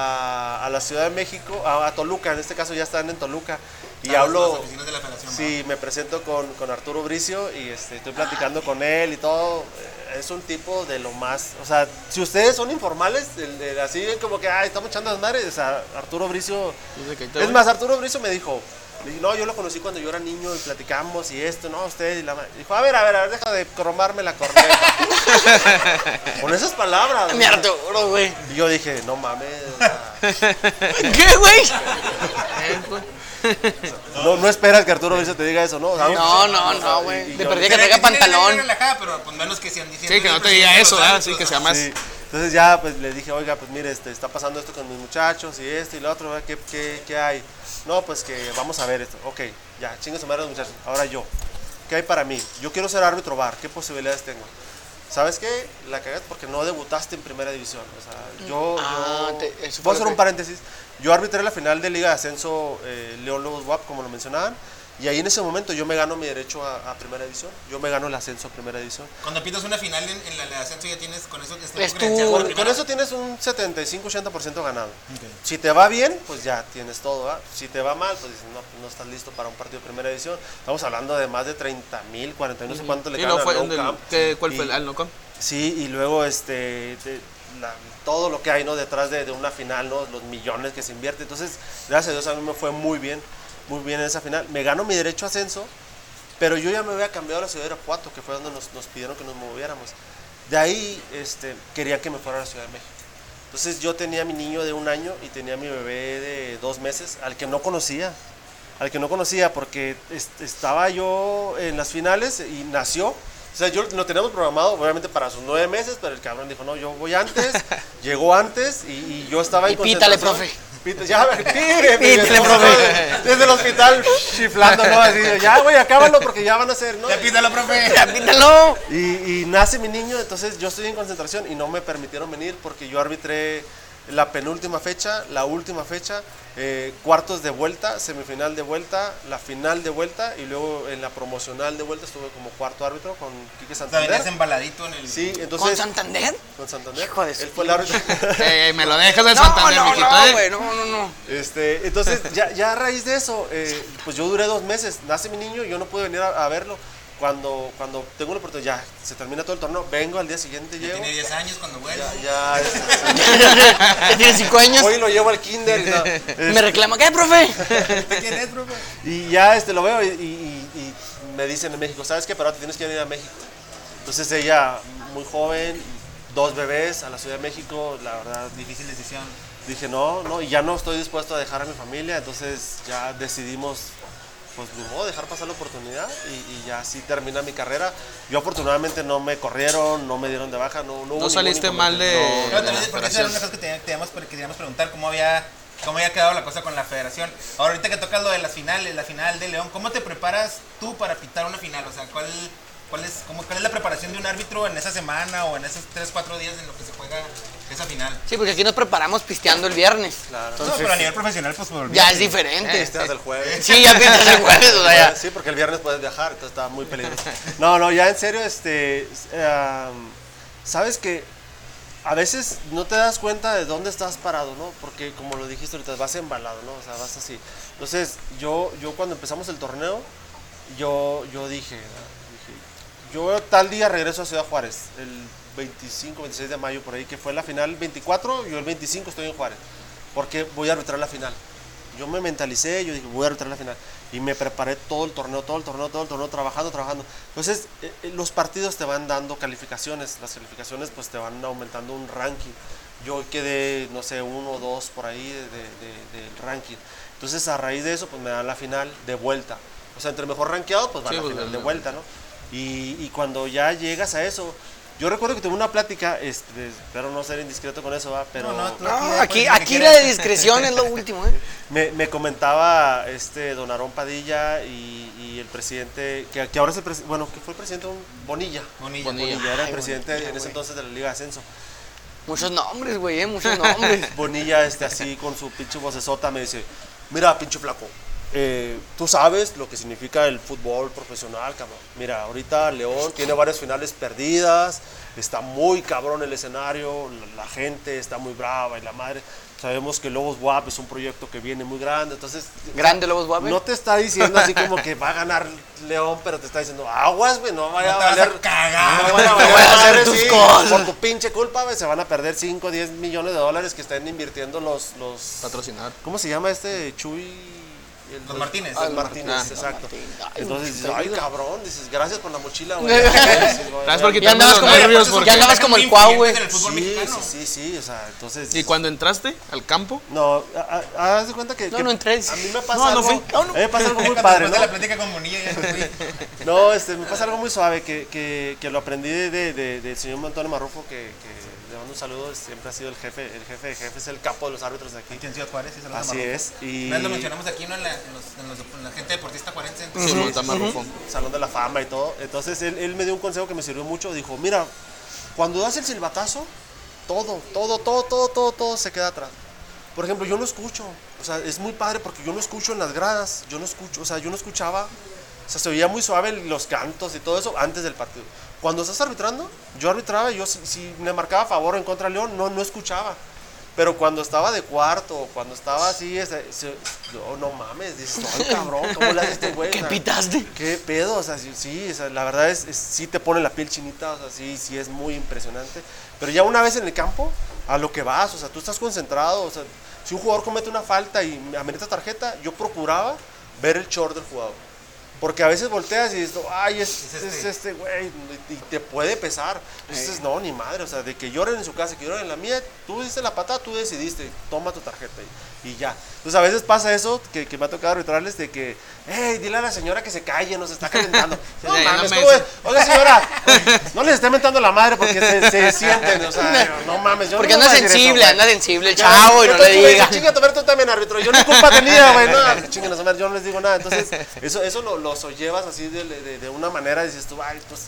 a la Ciudad de México, a Toluca, en este caso ya están en Toluca, y Las hablo... oficinas de la federación. Sí, me presento con Arturo Bricio y estoy platicando con él y todo. Es un tipo de lo más, o sea, si ustedes son informales, así como que, estamos echando las madres, o sea, Arturo Bricio, es más, Arturo Bricio me dijo, no, yo lo conocí cuando yo era niño y platicamos y esto, no, usted, y la madre. Dijo, a ver, deja de cromarme la corneta. Con esas palabras. Mi Arturo, güey. Y yo dije, no mames, o sea, ¿Qué, güey? no esperas que Arturo Bricio te diga eso, ¿no? No, güey. Y De yo- perdida que Sería traiga pantalón. relajada, pero pues menos que sean diciendo. Sí, que no te diga eso, ¿verdad? Sí, que sea más. Sí. Entonces ya pues le dije, oiga, pues mire, está pasando esto con mis muchachos y esto y lo otro, ¿verdad? ¿Qué hay? No, pues que vamos a ver esto. Ok, ya, chingue su madre los muchachos. Ahora yo, ¿qué hay para mí? Yo quiero ser árbitro VAR, ¿qué posibilidades tengo? ¿Sabes qué? La cagas porque no debutaste en primera división. O sea, yo eso fue voy a lo hacer un que- paréntesis. Yo arbitré la final de Liga de Ascenso León Lobos WAP, como lo mencionaban. Y ahí en ese momento yo me gano mi derecho a primera división. Yo me gano el ascenso a primera división. Cuando pitas una final en la de ascenso ya tienes con eso Es tu tu- credencial para Con primera. eso tienes un 75-80% ganado. Si te va bien, pues ya tienes todo. ¿Va? Si te va mal, pues dices, no, pues no estás listo para un partido de primera división. Estamos hablando de más de 30,000, 40,000, no sé cuánto le Y quedan no fue al Nou Camp. ¿cuál fue Y- el Alnocom? Sí, y luego todo lo que hay, ¿no? Detrás de una final, ¿no? Los millones que se invierte. Entonces, gracias a Dios a mí me fue muy bien en esa final. Me gano mi derecho a ascenso, pero yo ya me había cambiado a la ciudad de Irapuato, que fue donde nos pidieron que nos moviéramos. De ahí querían que me fuera a la Ciudad de México. Entonces yo tenía a mi niño de 1 año y tenía a mi bebé de 2 meses, al que no conocía porque estaba yo en las finales y nació. O sea, yo lo teníamos programado obviamente para sus 9 meses, pero el cabrón dijo, no, yo voy antes, llegó antes y yo estaba en pítale, concentración. profe. Pítale, profe. Desde el hospital chiflando, ¿no? Así, ya, güey, acábalo porque ya van a ser, ¿no? Ya pítalo, profe. Ya, pítalo. Y nace mi niño, entonces yo estoy en concentración y no me permitieron venir porque yo arbitré la penúltima fecha, la última fecha, cuartos de vuelta, semifinal de vuelta, la final de vuelta y luego en la promocional de vuelta estuve como cuarto árbitro con Quique O sea, Santander. venías embaladito en el... Sí, entonces... ¿Con Santander? Con Santander. Hijo de su Él fue el árbitro. Me lo dejas de No, Santander, no, mijito, no, güey, no. Entonces, ya a raíz de eso, pues yo duré 2 meses, nace mi niño y yo no pude venir a verlo. Cuando tengo la oportunidad, ya se termina todo el torneo, vengo al día siguiente, Ya llego. tiene 10 años cuando vuelve. Ya, Ya tiene 5 años. hoy lo llevo al kinder y nada. Me reclama, ¿qué, profe? ¿Quién es, profe? Y ya lo veo y me dicen en México, ¿sabes qué? Pero ahora te tienes que venir a México. Entonces ella, muy joven, 2 bebés a la Ciudad de México, la verdad, Difícil decisión. dije no, y ya no estoy dispuesto a dejar a mi familia, entonces ya decidimos, pues ni modo, dejar pasar la oportunidad y ya así termina mi carrera. Yo afortunadamente no me corrieron, no me dieron de baja, no hubo No ningún saliste mal de... inconveniente. No, de también, la porque esa era operación. una cosa que queríamos preguntar, cómo había quedado la cosa con la federación. Ahora, ahorita que tocas lo de las finales, la final de León, ¿cómo te preparas tú para pitar una final? O sea, ¿cuál es la preparación de un árbitro en esa semana o en esos 3-4 días en lo que se juega esa final? Sí, porque aquí nos preparamos pisteando el viernes. Claro. No, pero a nivel profesional, pues por Ya es diferente. Pistas del jueves. Sí, ya piensas el jueves, o sea, ya. Sí, porque el viernes puedes viajar, entonces está muy peligroso. No, ya en serio, sabes que a veces no te das cuenta de dónde estás parado, ¿no? Porque como lo dijiste ahorita, vas embalado, ¿no? O sea, vas así. Entonces, yo cuando empezamos el torneo, yo dije, yo tal día regreso a Ciudad Juárez, el 25, 26 de mayo por ahí, que fue la final 24, yo el 25 estoy en Juárez, porque voy a arbitrar la final. Yo me mentalicé, yo dije, voy a arbitrar la final. Y me preparé todo el torneo, trabajando. Entonces, los partidos te van dando calificaciones. Las calificaciones pues te van aumentando un ranking. Yo quedé, no sé, 1 o 2 por ahí del ranking. Entonces, a raíz de eso, pues me dan la final de vuelta. O sea, entre mejor rankeado, pues va Sí, la pues, final de vuelta, ¿no? Y cuando ya llegas a eso... Yo recuerdo que tuve una plática, espero no ser indiscreto con eso, ¿va? Pero... No, aquí la de discreción es lo último, ¿eh? Me comentaba don Aarón Padilla y el presidente, que ahora es el presidente, bueno, que fue el presidente Bonilla. Bonilla. Bonilla. Era el Ay, presidente Bonilla, en ese güey. entonces de la Liga de Ascenso. Muchos nombres, güey, muchos nombres. Bonilla, así con su pinche vocesota me dice, mira, pinche flaco, tú sabes lo que significa el fútbol profesional, cabrón. Mira, ahorita León tiene varias finales perdidas, está muy cabrón el escenario, la gente está muy brava y la madre. Sabemos que Lobos WAP es un proyecto que viene muy grande, entonces... Grande Lobos Guape. No te está diciendo así como que va a ganar León, pero te está diciendo, aguas, güey, no vaya No a te vas valer... a cagar, no vaya a güey, valer a hacer madre, tus sí, cosas. por tu pinche culpa, güey, se van a perder 5 o 10 millones de dólares que están invirtiendo los Patrocinar. ¿cómo se llama Los Chuy? Martínez. Los Martínez, Ah. exacto. Ay, Entonces dices, ay, cabrón, dices, gracias por la mochila, güey. Gracias por Ya quitarme andabas los como nervios. ya andabas como el Cuau, güey. En el fútbol mexicano. Sí, o sea, entonces... ¿Y cuando entraste al campo? No, haz de cuenta que... No, que no entré. A mí me pasa No, no algo... fui. A mí me pasa algo muy Cuando padre, después de ¿no? la plática con Bonilla ya no fui. No, me pasa algo muy suave que lo aprendí del señor Antonio Marrufo, que le mando un saludo, siempre ha sido el jefe de jefes, es el capo de los árbitros de aquí. Aquí en Ciudad Juárez, sí, se lo Así es. Y Una vez lo mencionamos aquí, ¿no? En la gente deportista juarense. Sí, Montama Rufo. Salón de la Fama y todo. Entonces él me dio un consejo que me sirvió mucho. Dijo, mira, cuando das el silbatazo, todo se queda atrás. Por ejemplo, yo no escucho. O sea, es muy padre porque yo no escucho en las gradas. Yo no escuchaba. O sea, se oía muy suave los cantos y todo eso antes del partido. Cuando estás arbitrando, yo arbitraba y yo si me marcaba a favor o en contra de León, no escuchaba. Pero cuando estaba de cuarto, cuando estaba así, no mames, dices, ay, cabrón, ¿cómo le hace este güey? ¿Qué O sea, pitaste? ¿Qué pedo? O sea, sí, o sea, la verdad sí te pone la piel chinita, o sea, sí es muy impresionante. Pero ya una vez en el campo, a lo que vas, o sea, tú estás concentrado, o sea, si un jugador comete una falta y amerita tarjeta, yo procuraba ver el short del jugador. Porque a veces volteas y dices, ay, es este güey, y te puede pesar. Entonces, no, ni madre, o sea, de que lloren en su casa, que lloren en la mía, tú diste la patada, tú decidiste, toma tu tarjeta y ya. Entonces, a veces pasa eso, que me ha tocado arbitrarles, de que, hey, dile a la señora que se calle, nos está calentando. No mames, ¿cómo es? Oiga, señora, no les esté mentando la madre porque se sienten, o sea, no mames. Yo Porque no anda voy a decir eso, sensible güey. el chavo y no le diga. Chinga, tomar tú también, árbitro. Yo ni culpa tenía, güey. No, chinganos, yo no les digo nada. Entonces, eso lo llevas así de una manera y dices tú, ay, pues.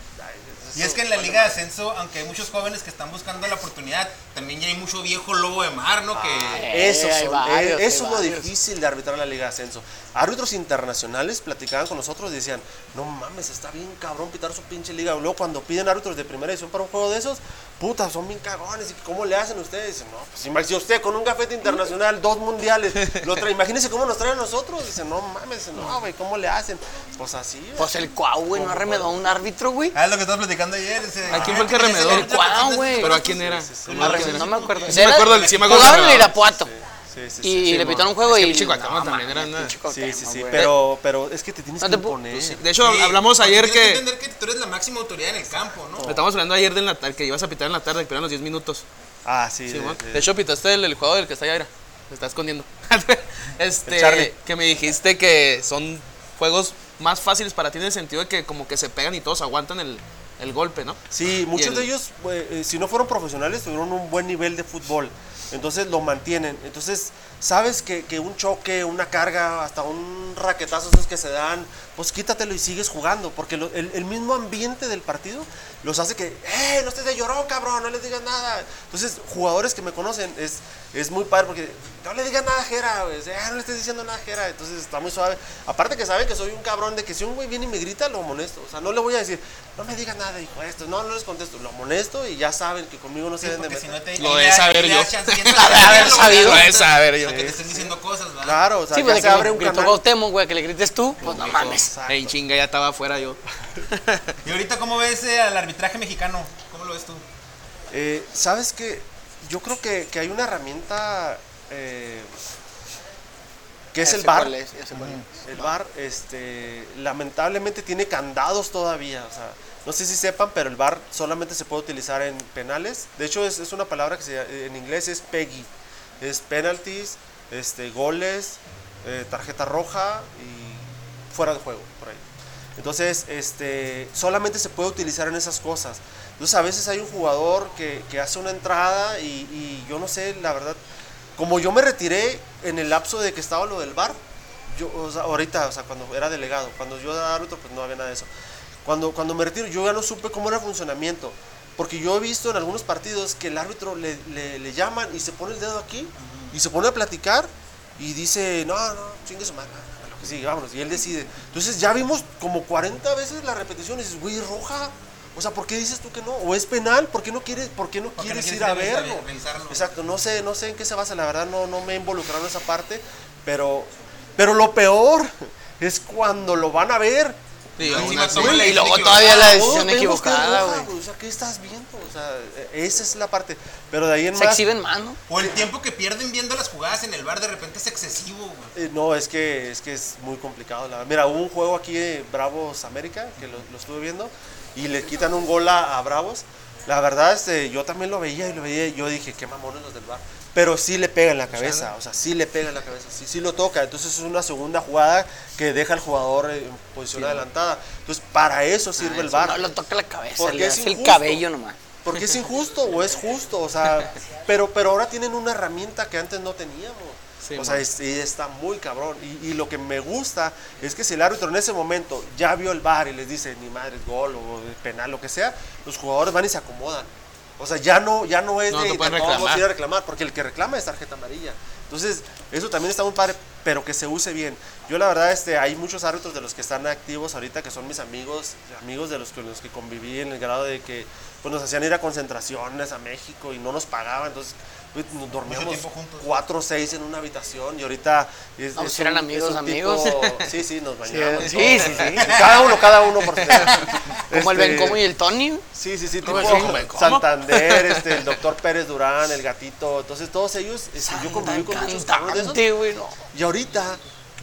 Y es que en la Liga de Ascenso, aunque hay muchos jóvenes que están buscando la oportunidad, también ya hay mucho viejo lobo de mar, ¿no? Eso hay varios, es lo varios. difícil de arbitrar en la Liga de Ascenso. Árbitros internacionales platicaban con nosotros y decían, no mames, está bien cabrón pitar su pinche liga. Luego cuando piden árbitros de primera edición para un juego de esos, puta, son bien cagones. ¿Y cómo le hacen ustedes? Dicen, no, pues si usted con un gafete internacional, 2 mundiales, lo trae, imagínense cómo nos traen a nosotros. Dicen, no mames, no, güey, ¿cómo le hacen? Pues así, güey. Pues el Cuau, güey, no arremedó a un árbitro, güey. Ah, es lo que estabas platicando ayer. ¿A quién fue el que remedó? El Cuau, güey. ¿Pero a quién era? No me acuerdo. Sí me acuerdo del- sí me acuerdo Jugaban en del- Irapuato. Sí, Y le pitaron un juego Es que y. pinche Cuauhtémoc también mames, era una- pinche Cuauhtémoc, Sí, güey. pero es que te tienes No que te pu- imponer. De hecho, hablamos ayer Tienes que que... entender que tú eres la máxima autoridad en el campo, ¿no? Estamos hablando ayer de la tarde, que ibas a pitar en la tarde, que eran los 10 minutos. Ah, sí. Sí, ¿no? De hecho, pitaste el juego del que está allá, mira. Se está escondiendo. El Charlie. Que me dijiste que son juegos más fáciles para ti en el sentido de que como que se pegan y todos aguantan el golpe, ¿no? Sí, muchos el- de ellos, si no fueron profesionales, tuvieron un buen nivel de fútbol. Entonces lo mantienen. Entonces, sabes que un choque, una carga, hasta un raquetazo esos que se dan, pues quítatelo y sigues jugando. Porque el mismo ambiente del partido los hace que, no estés de llorón, cabrón, no les digas nada. Entonces, jugadores que me conocen, es muy padre porque no le digas nada a Jera, güey, no le estés diciendo nada a Jera. Entonces está muy suave. Aparte que saben que soy un cabrón de que si un güey viene y me grita, lo amonesto. O sea, no le voy a decir, no me digas nada, hijo de esto. No les contesto, lo amonesto y ya saben que conmigo no se deben de Porque meter. si no te Lo de saber yo. haber sabido. Lo de saber yo. Que te estén diciendo cosas, ¿verdad? Claro, o sea, Sí, ya pues de se que abre le un gritó canal. Cuauhtémoc, güey, que le grites tú, pues no mames. Exacto. En chinga ya estaba afuera yo. Y ahorita, ¿cómo ves al arbitraje mexicano? ¿Cómo lo ves tú? ¿Sabes qué? Yo creo que hay una herramienta que es Ya el sé VAR. cuál es, ya sé cuál es. El VAR, lamentablemente tiene candados todavía. O sea, no sé si sepan, pero el VAR solamente se puede utilizar en penales. De hecho, es una palabra que en inglés es PEGI. Es penalties, goles, tarjeta roja y fuera de juego, por ahí. Entonces, solamente se puede utilizar en esas cosas. Entonces, a veces hay un jugador que hace una entrada y yo no sé, la verdad, como yo me retiré en el lapso de que estaba lo del VAR, ahorita, cuando era delegado, cuando yo era árbitro, pues no había nada de eso. Cuando me retiro, yo ya no supe cómo era el funcionamiento. Porque yo he visto en algunos partidos que el árbitro le llaman y se pone el dedo aquí y se pone a platicar y dice, no, chingue su madre, a lo que sigue, vámonos. Y él decide. Entonces ya vimos como 40 veces la repetición y dices, güey, roja. O sea, ¿por qué dices tú que no? ¿O es penal? ¿Por qué no quieres ir a verlo? revisarlo. Exacto, no sé en qué se basa, la verdad no me he involucrado en esa parte, pero lo peor es cuando lo van a ver. Sí, Encima aún así. toma la Y luego decisión todavía la equivocada. decisión Vemos que es equivocada, roja, güey. O sea, ¿qué estás viendo? O sea, esa es la parte. Pero de ahí en Se más. exhiben más, ¿no? O el tiempo que pierden viendo las jugadas en el bar de repente es excesivo, güey. No, es que es muy complicado. Mira, hubo un juego aquí de Bravos América, que lo estuve viendo, y le quitan un gol a Bravos. La verdad, yo también lo veía y yo dije, qué mamones los del bar. Pero sí le pega en la cabeza, o sea, sí le pega en la cabeza, sí lo toca. Entonces es una segunda jugada que deja al jugador en posición adelantada. Entonces, para eso sirve el Eso VAR. No lo toca la cabeza, Porque le es hace el injusto. cabello nomás. Porque es injusto o es justo, o sea, pero ahora tienen una herramienta que antes no teníamos. Sí, o sea, está muy cabrón. Y lo que me gusta es que si el árbitro en ese momento ya vio el VAR y les dice ni madre, es gol o penal, lo que sea, los jugadores van y se acomodan. O sea, ya no es No, de te pueden todos vamos a ir reclamar. a reclamar, porque el que reclama es tarjeta amarilla. Entonces, eso también está muy padre. pero que se use bien. Yo la verdad, hay muchos árbitros de los que están activos ahorita que son mis amigos de los con los que conviví en el grado de que pues, nos hacían ir a concentraciones a México y no nos pagaban, entonces pues, nos dormíamos 4 o 6 en una habitación y ahorita es eran amigos. Sí, nos bañamos. Sí. Cada uno por su como el Bencomo y el Tony. Sí, tipo Santander, el doctor Pérez Durán, el Gatito, entonces todos ellos, yo conviví con muchos cabrones de esos. Güey, no. Y ahorita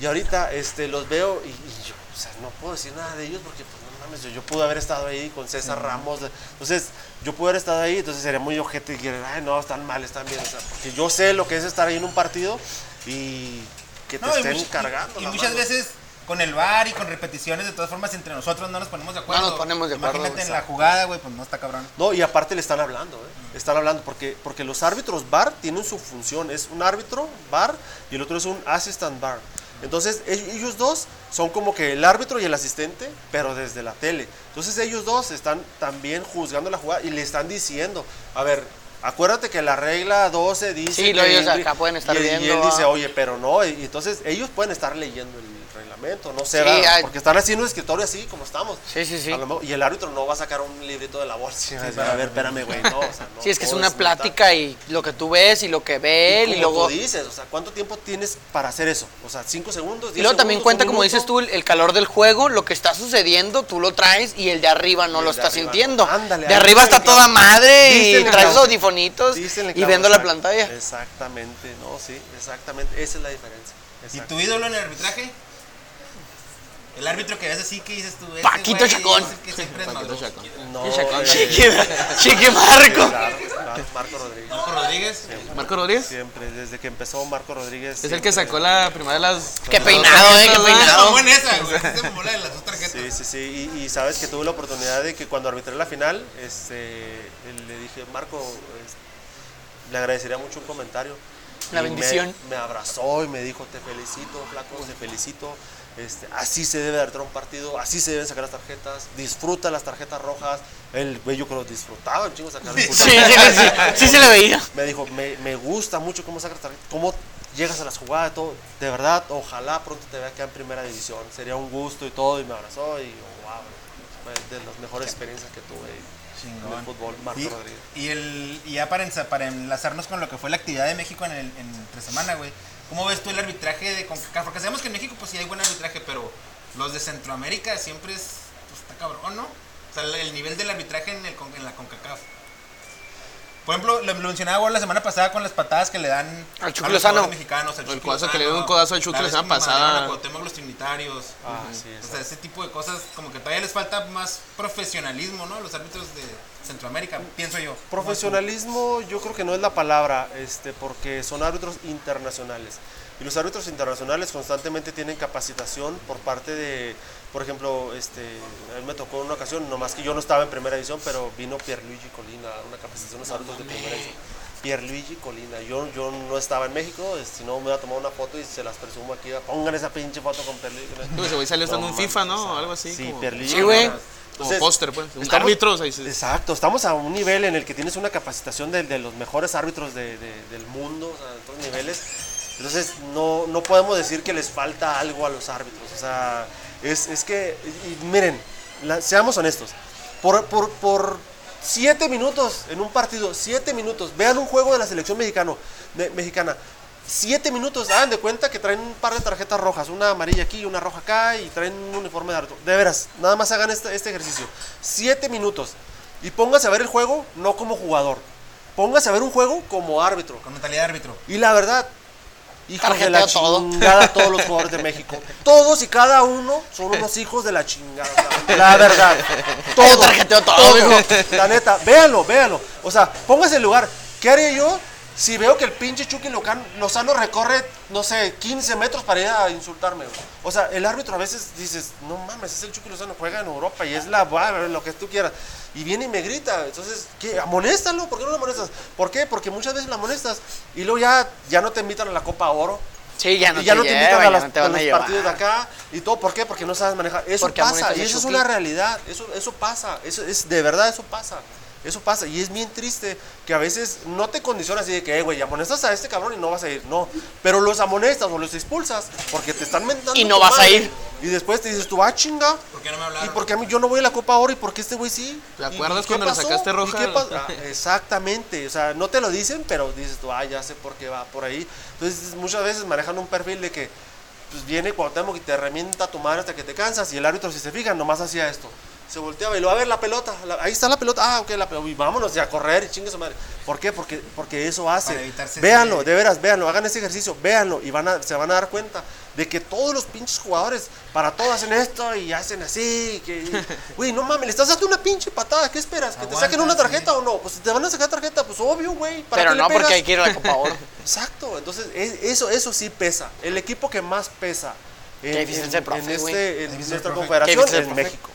los veo y yo, o sea, no puedo decir nada de ellos porque pues no mames, yo pude haber estado ahí con César Ramos, entonces yo pude haber estado ahí, entonces sería muy ojete y decir, ay no, están mal, están bien, o sea, porque yo sé lo que es estar ahí en un partido y que te estén cargando. Y muchas veces con el VAR y con repeticiones, de todas formas, entre nosotros no nos ponemos de acuerdo. No nos ponemos de acuerdo. Imagínate en la jugada, güey, pues no está cabrón. No, y aparte le están hablando, Están hablando porque los árbitros VAR tienen su función. Es un árbitro VAR y el otro es un assistant VAR. Entonces, ellos dos son como que el árbitro y el asistente, pero desde la tele. Entonces, ellos dos están también juzgando la jugada y le están diciendo, a ver, acuérdate que la regla 12 dice sí, que ellos acá pueden estar viendo. Y él dice, oye, pero no. Y entonces, ellos pueden estar leyendo el reglamento, no sé, sí, porque están haciendo un escritorio así como estamos. Sí. Y el árbitro no va a sacar un librito de la bolsa. A ver, espérame, güey, no, o sea, no. Sí, es que es una plática y lo que tú ves y lo que ve él y luego tú dices, o sea, ¿cuánto tiempo tienes para hacer eso? O sea, 5 segundos, 10 y luego también segundos, cuenta, un como minuto. dices tú, el calor del juego, lo que está sucediendo, tú lo traes y el de arriba no lo está sintiendo. Ándale, de arriba está toda madre y traes los audifonitos y viendo la pantalla. Exactamente, no, sí, exactamente, esa es la diferencia. ¿Y tu ídolo en el arbitraje? El árbitro que ves así, que dices tú? Paquito Chacón. Que siempre Paquito Chacón. No, Chiqui Marco. Claro, Marco Rodríguez. ¿Marco Rodríguez? Siempre, ¿Marco Rodríguez? Siempre, desde que empezó Marco Rodríguez. Es el que sacó la primera de las... Qué peinado, qué No, peinado. buena esa, güey. Se me mola de las dos tarjetas. Sí. Y sabes que tuve la oportunidad de que cuando arbitré la final, le dije, Marco, le agradecería mucho un comentario. La Y bendición. Me abrazó y me dijo, te felicito, flaco, te felicito. Así se debe arbitrar un partido, así se deben sacar las tarjetas, disfruta las tarjetas rojas. Él, yo creo que disfrutaba un chingo sacar Sí se le veía. Me dijo, me gusta mucho cómo sacas tarjetas, cómo llegas a las jugadas, todo. De verdad, ojalá pronto te vea acá en primera división. Sería un gusto y todo. Y me abrazó y wow, fue de las mejores experiencias que tuve en el fútbol, Marco Rodríguez. Y ya para enlazarnos con lo que fue la actividad de México entre semana, güey. ¿Cómo ves tú el arbitraje de CONCACAF? Porque sabemos que en México pues sí hay buen arbitraje, pero los de Centroamérica siempre pues está cabrón, ¿no? O sea, el nivel del arbitraje en la CONCACAF. Por ejemplo, lo mencionaba Gol la semana pasada con las patadas que le dan al Chucky a los Lozano. jugadores mexicanos, El codazo que le dio un codazo al Chucky la semana pasada. Los trinitarios. Sí, o sea, ese tipo de cosas como que todavía les falta más profesionalismo, ¿no? Los árbitros de Centroamérica, pienso yo. Profesionalismo yo creo que no es la palabra, porque son árbitros internacionales. Y los árbitros internacionales constantemente tienen capacitación por parte de, por ejemplo, a mí me tocó una ocasión, nomás que yo no estaba en primera división, pero vino Pierluigi Colina a una capacitación de los árbitros de primera división. Pierluigi Colina, yo no estaba en México, si no me voy a tomar una foto y se las presumo aquí, pongan esa pinche foto con Pierluigi. Ese güey salió estando en FIFA, ¿no? Algo así. Sí, como... Pierluigi. Sí, güey. Como póster, pues. Un árbitro, o sea, Exacto, estamos a un nivel en el que tienes una capacitación de los mejores árbitros del mundo, o sea, de todos niveles. Entonces, no podemos decir que les falta algo a los árbitros. O sea, es que, y miren, seamos honestos. Por 7 minutos en un partido, 7 minutos, vean un juego de la selección mexicana. 7 minutos, hagan de cuenta que traen un par de tarjetas rojas, una amarilla aquí y una roja acá, y traen un uniforme de árbitro. De veras, nada más hagan este ejercicio. 7 minutos. Y póngase a ver el juego no como jugador. Póngase a ver un juego como árbitro. Con mentalidad de árbitro. Y la verdad, hijos de la todo. chingada todos los jugadores de México. Todos y cada uno son unos hijos de la chingada. La verdad. Yo tarjeteo todo, hijo. La neta, véanlo. O sea, póngase en lugar. ¿Qué haría yo si veo que el pinche Chucky Lozano recorre, no sé, 15 metros para ir a insultarme? O sea, el árbitro a veces dices, no mames, es el Chucky Lozano, juega en Europa y es lo que tú quieras. Y viene y me grita. Entonces, ¿qué? Amonéstalo. ¿Por qué no lo amonestas? ¿Por qué? Porque muchas veces lo amonestas y luego ya no te invitan a la Copa Oro. Sí, ya no, y ya no te invitan a los llevar. partidos de acá y todo. ¿Por qué? Porque no sabes manejar. Eso Porque pasa y amonestas a eso es Chucky. una realidad. Eso pasa. De verdad, eso pasa. Eso pasa y es bien triste que a veces no te condiciona así de que, güey, amonestas a este cabrón y no vas a ir. No, pero los amonestas o los expulsas porque te están mentando. Y no tu vas a madre. ir. Y después te dices, tú, chinga. ¿Por qué no me hablaron? ¿Y por qué a mí yo no voy a la Copa ahora y por qué este güey sí? ¿Te acuerdas ¿Y qué cuando le pasó? sacaste roja? ¿Y qué pasó? Exactamente, o sea, no te lo dicen, pero dices tú, ya sé por qué va por ahí. Entonces, muchas veces manejan un perfil de que pues viene Cuauhtémoc y te revienta tu madre hasta que te cansas y el árbitro, si se fijan, nomás hacía esto. Se volteaba y lo va a ver la pelota, ahí está la pelota, ok, y vámonos y a correr y chingue su madre. ¿Por qué? Porque eso hace. Para evitarse Véanlo, ese- de veras, véanlo, hagan ese ejercicio, véanlo y se van a dar cuenta de que todos los pinches jugadores para todo hacen esto y hacen así, güey, no mames, le estás dando una pinche patada, ¿qué esperas? ¿Que te saquen una tarjeta o no? Pues si te van a sacar tarjeta, pues obvio, güey. ¿Para Pero qué le no porque pegas? hay que ir a la Copa Oro. Exacto, entonces eso sí pesa. El equipo que más pesa Qué difícil ser profe, güey. en Difícil nuestra ser profe. confederación Qué difícil es ser profe. México.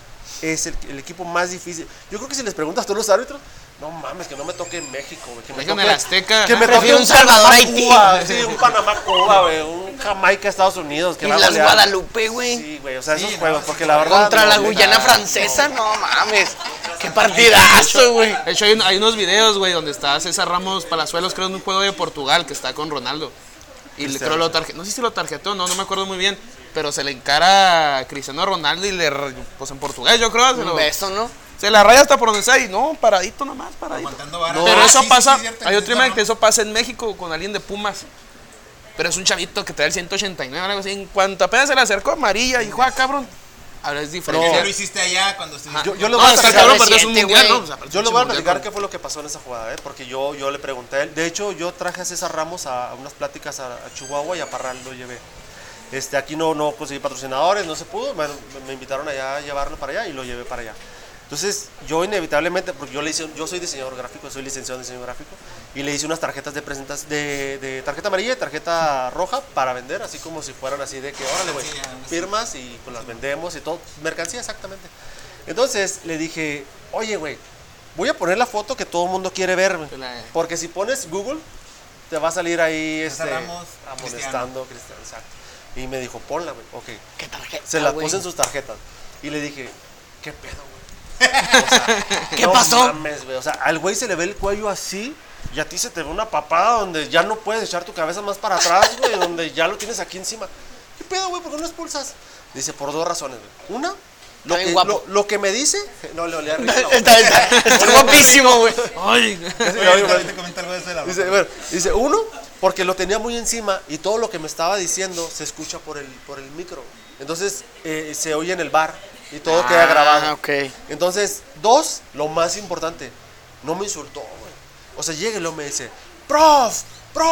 Es el equipo más difícil. Yo creo que si les preguntas a todos los árbitros, no mames, que no me toque en México, güey. Que me Déjame toque el Azteca. Que me Prefiero toque un Salvador, Panamá, Haití. Cuba, sí, un Panamá, Cuba, güey. Un Jamaica, Estados Unidos. Que va a Islas golear. Guadalupe, güey. Sí, güey, o sea, esos Sí, juegos, no, porque la verdad. Contra la no, Guyana neta, francesa, no mames. Qué partidazo, güey. De hecho, hay unos videos, güey, donde está César Ramos Palazuelos, creo, en un juego de Portugal que está con Ronaldo. Y creo lo tarjetó, no sé si lo tarjetó, no me acuerdo muy bien. Pero se le encara a Cristiano Ronaldo y pues en portugués, yo creo. Un beso, ¿no? Se la raya hasta por donde está y no, paradito nomás, paradito. Aguantando vara. Pero Ah, eso sí, pasa, sí, cierto, hay otra necesita imagen que Ramos. eso pasa en México con alguien de Pumas. Pero es un chavito que trae el 189, algo así. En cuanto apenas se le acercó, amarilla, y juega, cabrón. Ahora es Pero diferente. ya lo hiciste allá cuando estuviste. Yo le No, voy a hasta el platicar- cabrón perdió su reciente, mundial, güey. ¿no? O sea, Yo le voy a platicar mundial, qué fue lo que pasó en esa jugada, porque yo le pregunté a él. De hecho, yo traje a César Ramos a unas pláticas a Chihuahua y a Parral lo llevé. Aquí no conseguí patrocinadores, no se pudo. Bueno, me invitaron allá a llevarlo para allá y lo llevé para allá. Entonces, yo inevitablemente, porque yo soy diseñador gráfico, soy licenciado en diseño gráfico, y le hice unas tarjetas de presentación de tarjeta amarilla y tarjeta roja para vender, así como si fueran así de que, órale, güey, firmas y pues las vendemos y todo, mercancía exactamente. Entonces, le dije, oye, güey, voy a poner la foto que todo el mundo quiere ver, güey, porque si pones Google, te va a salir ahí César Ramos, amonestando, Cristiano, exacto. Y me dijo, ponla, güey, ok. Qué tarjeta. Se la güey. puse en sus tarjetas. Y le dije, ¿qué pedo, güey? ¿Qué pasó? Mames, güey. O sea, al güey se le ve el cuello así y a ti se te ve una papada donde ya no puedes echar tu cabeza más para atrás, güey, donde ya lo tienes aquí encima. ¿Qué pedo, güey? ¿Por qué no expulsas? Dice, por dos razones, güey. Una, Está bien guapo. lo que me dice... No, le olía rico. Está guapísimo, güey. Ay, Ahorita comenta algo de eso de la Dice, roja. bueno, dice, uno, porque lo tenía muy encima y todo lo que me estaba diciendo se escucha por el micro. Entonces se oye en el bar y todo queda grabado. ok. Entonces, dos, lo más importante, no me insultó, güey. O sea, llega y luego me dice, prof,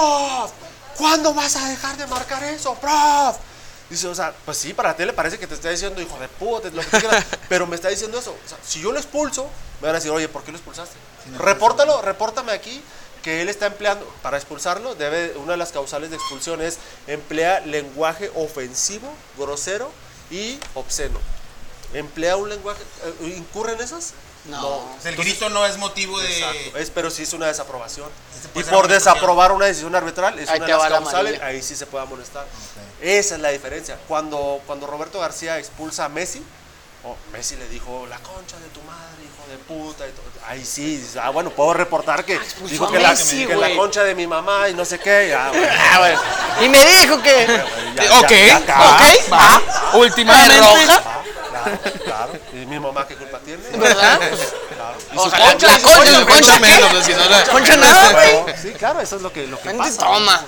¿cuándo vas a dejar de marcar eso, prof? Dice, o sea, pues sí, para ti le parece que te está diciendo, hijo de puta, lo que tú quieras, pero me está diciendo eso. O sea, si yo lo expulso, me van a decir, oye, ¿por qué lo expulsaste? Repórtame aquí que él está empleando, para expulsarlo, una de las causales de expulsión es emplea lenguaje ofensivo, grosero y obsceno. ¿Emplea un lenguaje, incurre en esas? No. O sea, el grito no es motivo de. Exacto, pero sí es una desaprobación. Ese Y puede ser por amonestación. desaprobar una decisión arbitral es Ahí una te de las va la causales, amarilla. ahí sí se puede amonestar. Esa es la diferencia. Cuando Roberto García expulsa a Messi, Messi le dijo, la concha de tu madre, hijo de puta. Y todo. Ahí sí, dice, bueno, puedo reportar que dijo a que, Messi, que la güey. concha de mi mamá y no sé qué. Bueno, Bueno. Y me dijo que. ok, va. ¿De Últimamente. roja? Claro. ¿Y mi mamá qué culpa tiene? ¿Verdad? Claro. Y su Ojalá concha, la y su concha, concha, su Concha concha menos, qué? pues, si no la. Concha nada, güey. Bueno, sí, claro, eso es lo que Vente, pasa. toma.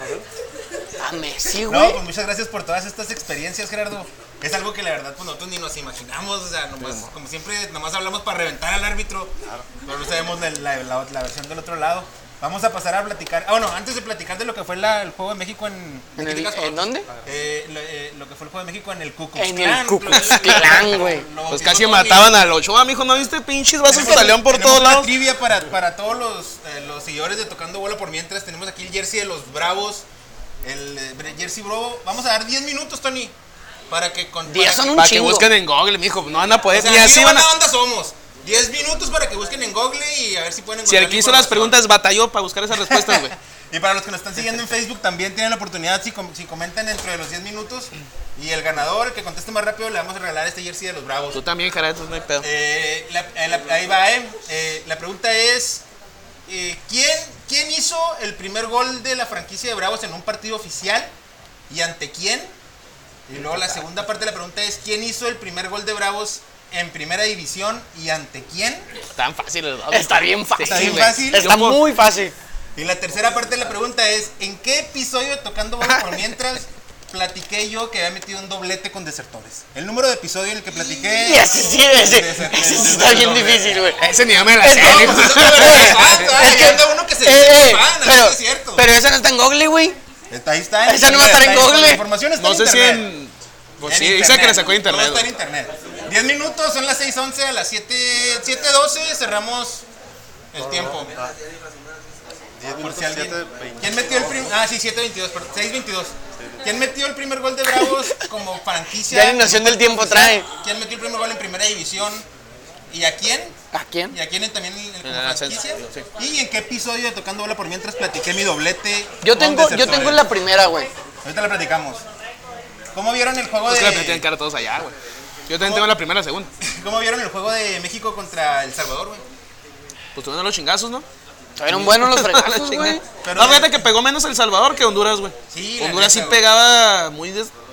A Messi, No, güey. pues muchas gracias por todas estas experiencias, Gerardo. Es algo que la verdad pues nosotros ni nos imaginamos, o sea, nomás, como siempre, nomás hablamos para reventar al árbitro, pero no sabemos la versión del otro lado. Vamos a pasar a platicar, bueno, antes de platicar de lo que fue el Juego de México ¿En dónde? lo que fue el Juego de México en el Ku Klux En Klan, el Ku Klux Klan, güey. Pues casi mataban al Ochoa, mijo, ¿no viste? Pinches vasos que salían por todos Una lados. trivia para todos los seguidores de Tocando Bola por mientras. Tenemos aquí el jersey de los Bravos, el jersey Bravo. Vamos a dar 10 minutos, Tony, para que... 10 son un Para que chingo. busquen en Google, mijo, no van a poder. O sea, Ni así van a. onda somos. 10 minutos para que busquen en Google y a ver si pueden Si encontrar el que la hizo las información. preguntas batalló para buscar esas respuestas, güey. Y para los que nos están siguiendo en Facebook, también tienen la oportunidad, si comentan dentro de los 10 minutos, y el ganador, el que conteste más rápido, le vamos a regalar este jersey de los Bravos. Tú también, Jared, no hay pedo. Ahí va, la pregunta es, ¿quién hizo el primer gol de la franquicia de Bravos en un partido oficial y ante quién? Y luego la segunda parte de la pregunta es, ¿quién hizo el primer gol de Bravos en primera división y ante quién? Tan fácil. Está bien fácil. Está bien güey. fácil. Está muy fácil. Y la tercera parte de la pregunta es, ¿en qué episodio de Tocando Bola por Mientras platiqué yo que había metido un doblete con Desertores? El número de episodio en el que platiqué... Y ese sí está bien difícil, güey. Ese ni yo me la Es sé. que- hijo. Es que uno que se dice fan, pero, es cierto. pero esa no está en Google, güey. Ahí está. Esa no va a estar en Google. La información está No en sé si internet. en... Pues En sí, dice internet. que le sacó de internet. Todo está en internet. 10 minutos, son las 6:11, a las 7:12 cerramos el tiempo. 10 Por minutos, si alguien... 7:20. ¿Quién metió el primer... Ah, sí, 7:22, perdón, 6:22. ¿Quién metió el primer gol de Bravos como franquicia? Ya ni noción del tiempo trae. ¿Quién metió el primer gol en primera división? ¿Y a quién? ¿A quién? ¿Y a quién también como En el ascenso, franquicia? sí. ¿Y en qué episodio de Tocando Bola por Mientras platiqué mi doblete? Yo con tengo Desertores? la primera, güey. Ahorita la platicamos. ¿Cómo vieron el juego Es que la tienen de... cara todos allá, güey. Yo también tengo la primera y la segunda. ¿Cómo vieron el juego de México contra El Salvador, güey? Pues tuvieron los chingazos, ¿no? Fueron buenos los La fregazos, chingada. güey. Pero- No, fíjate que pegó menos El Salvador que Honduras, güey. Sí, la Honduras sí neta, güey. pegaba muy...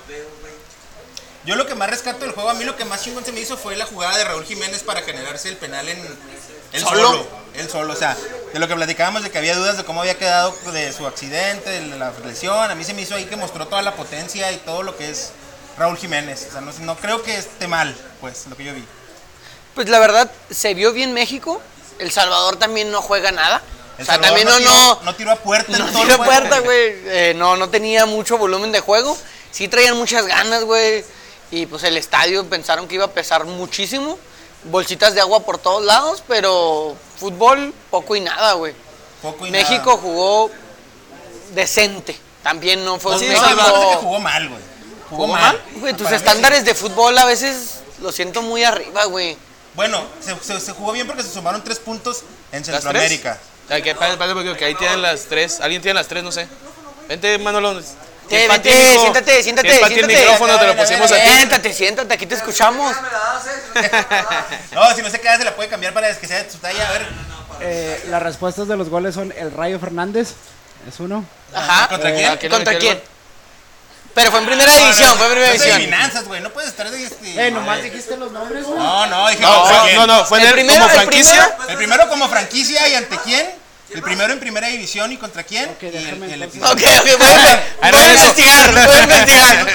Yo lo que más rescato del juego, a mí lo que más chingón se me hizo fue la jugada de Raúl Jiménez para generarse el penal en... Él ¿Solo? Él solo, o sea, de lo que platicábamos de que había dudas de cómo había quedado de su accidente, de la lesión, a mí se me hizo ahí que mostró toda la potencia y todo lo que es Raúl Jiménez. O sea, no creo que esté mal, pues, lo que yo vi. Pues la verdad, se vio bien México. El Salvador también no juega nada. El O sea, Salvador también no tiró a puerta en no todo el tiró juego, puerta, güey. No tenía mucho volumen de juego. Sí traían muchas ganas, güey. Y pues el estadio pensaron que iba a pesar muchísimo. Bolsitas de agua por todos lados, pero fútbol poco y nada, güey. Poco y México nada. jugó decente. También no fue No, un sí, México... Salvador es que jugó mal, güey. Jugó mal. Güey, tus Para mí estándares sí. de fútbol a veces los siento muy arriba, güey. Bueno, se jugó bien porque se sumaron 3 puntos en ¿Las Centroamérica. tres? Espérate, porque ahí tienen las tres. Alguien tiene las tres, no sé. Vente, Manolo. Vente, Es pa' ti, mijo. siéntate, Es pa' ti el micrófono, te lo pusimos a ti. Siéntate, aquí te escuchamos. No, si no se queda, se la puede cambiar para que sea de su talla. A ver, Las respuestas de los goles son el Rayo Fernández, es uno. Ajá. ¿Contra quién? ¿a quién le ¿Contra metió el quién? gol? Pero fue en primera división, fue en primera No es división. adivinanzas, güey. No puedes estar de Nomás dijiste los nombres, güey. No, dije No, ¿contra quién? no, fue en El el, primero- como el franquicia. El primero como franquicia y ante quién. El primero en primera división y contra quién. Ok, Y déjame el entonces. episodio. Ok, voy a investigar, voy a investigar.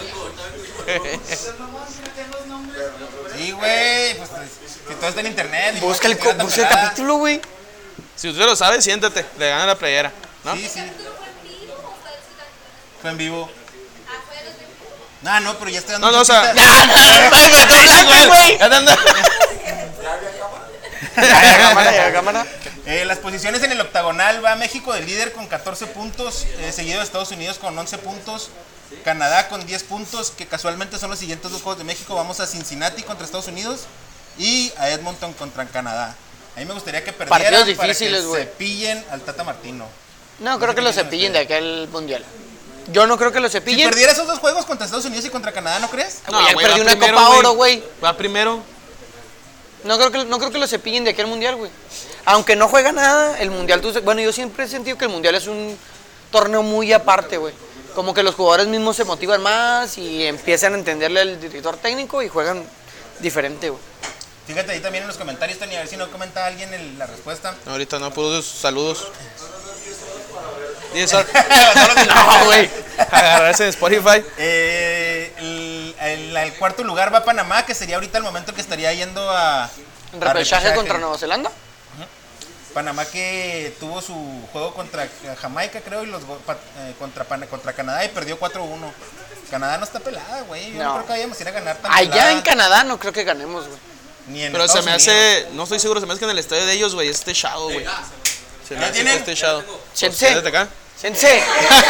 Sí, güey. Pues si todo está en internet. ni Busca el, modo que sea busca el tan pelada. capítulo, güey. Si usted lo sabe, siéntate. Le gana la playera, ¿no? Sí, sí. Fue en vivo. Ah, no, pero ya estoy dando. No, o sea, pistas. Ay, me está hablando, güey. Ya te anda- Ya, cámara. Las posiciones en el octagonal va México de líder con 14 puntos, seguido de Estados Unidos con 11 puntos, Canadá con 10 puntos, que casualmente son los siguientes dos juegos de México. Vamos a Cincinnati contra Estados Unidos y a Edmonton contra Canadá. A mí me gustaría que perdieran Partidos para difíciles, que güey. cepillen al Tata Martino. No creo que lo cepillen de aquel mundial. Yo no creo que lo Si cepillen. perdiera esos dos juegos contra Estados Unidos y contra Canadá, ¿no crees? Güey, ya güey, perdió va una primero, Copa Oro, güey. Va primero. No creo que lo cepillen de aquel mundial, güey. Aunque no juega nada, el mundial, bueno, yo siempre he sentido que el mundial es un torneo muy aparte, güey. Como que los jugadores mismos se motivan más y empiezan a entenderle al director técnico y juegan diferente, güey. Fíjate ahí también en los comentarios, Tony, a ver si no comenta alguien la respuesta. No, ahorita no, puros saludos. Y eso. No, güey. Agarrarse en Spotify. El cuarto lugar va Panamá, que sería ahorita el momento que estaría yendo a Repechaje contra Nueva Zelanda. Panamá, que tuvo su juego contra Jamaica, creo, y contra Canadá y perdió 4-1. Canadá no está pelada, güey. Yo no No. creo que vayamos a ir a ganar tan Allá pelada, en Canadá no creo que ganemos, güey. ni en Pero se Estados me Unidos. hace. No estoy seguro, se me hace que en el estadio de ellos, güey, es techado, güey. Se me ¿Ya hace tienen? que es techado. Siéntese. Siéntate acá. Sense.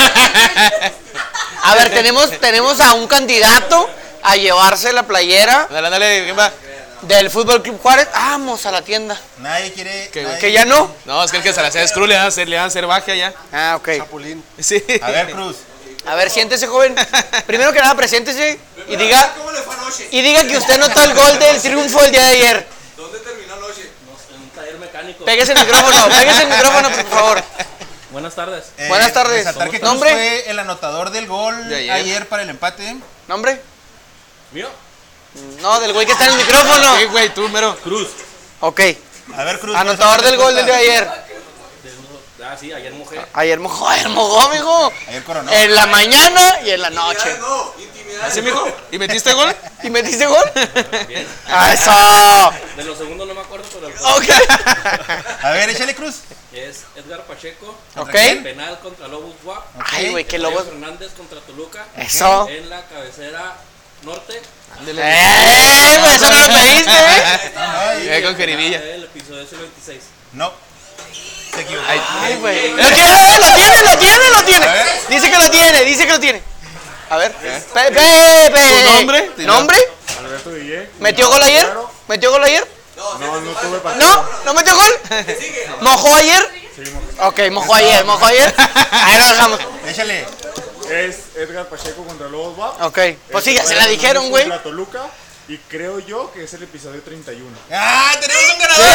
A ver, tenemos a un candidato a llevarse la playera. Ándale, ándale, ¿quién va? Del Fútbol Club Juárez, vamos a la tienda. Nadie quiere. ¿Qué, güey? nadie- Que ya no. No, es que el que se la hace es Cruz, le van a hacer baja ya. Ah, ok. Chapulín. Sí. A ver, Cruz. A ver, siéntese, joven. Primero que nada, preséntese y diga que usted notó el gol del triunfo el día de ayer. ¿Dónde terminó anoche? En un taller mecánico. Pégese el micrófono, por favor. Buenas tardes. Buenas tardes. Resaltar que Cruz ¿Nombre? fue el anotador del gol De ayer. ayer para el empate. ¿Nombre? ¿Mío? No, del güey que está en el micrófono. Sí, güey, tú, mero. Cruz. Ok. A ver, Cruz. Anotador del gol del día de ayer. Ah, sí, ayer mojé. Ayer mojó, mijo. Ayer coronó. En la mañana y en la noche. No, intimidad. ¿Así, mijo? ¿Y metiste gol? ¿Y metiste gol? Bien. ¡Eso! De los segundos no me acuerdo, pero el Ok. A ver, échale, Cruz. es Edgar Pacheco. Ok. Penal contra Lobos WAP. Ay, güey, qué Rayo lobos. Fernández contra Toluca. Eso. En la cabecera norte. Ándele. Güey, eso no lo pediste, ¿eh? Ya con jeribilla. El episodio 26. No. Se equivocó. Ay, güey. Lo tiene. A ver. Dice que lo tiene. A ver. ¿Tu nombre? ¿Nombre? Alberto Guillén. ¿Metió gol ayer? No, no tuve partido. ¿No? ¿No metió gol? ¿Mojó ayer? Ok, mojó ayer. Ahí lo dejamos. Échale. Es Edgar Pacheco contra Lobos WAP. Ok. Pues sí, ya se la dijeron, güey. Contra Toluca. Y creo yo que es el episodio 31. ¡Ah! ¡Tenemos un ganador!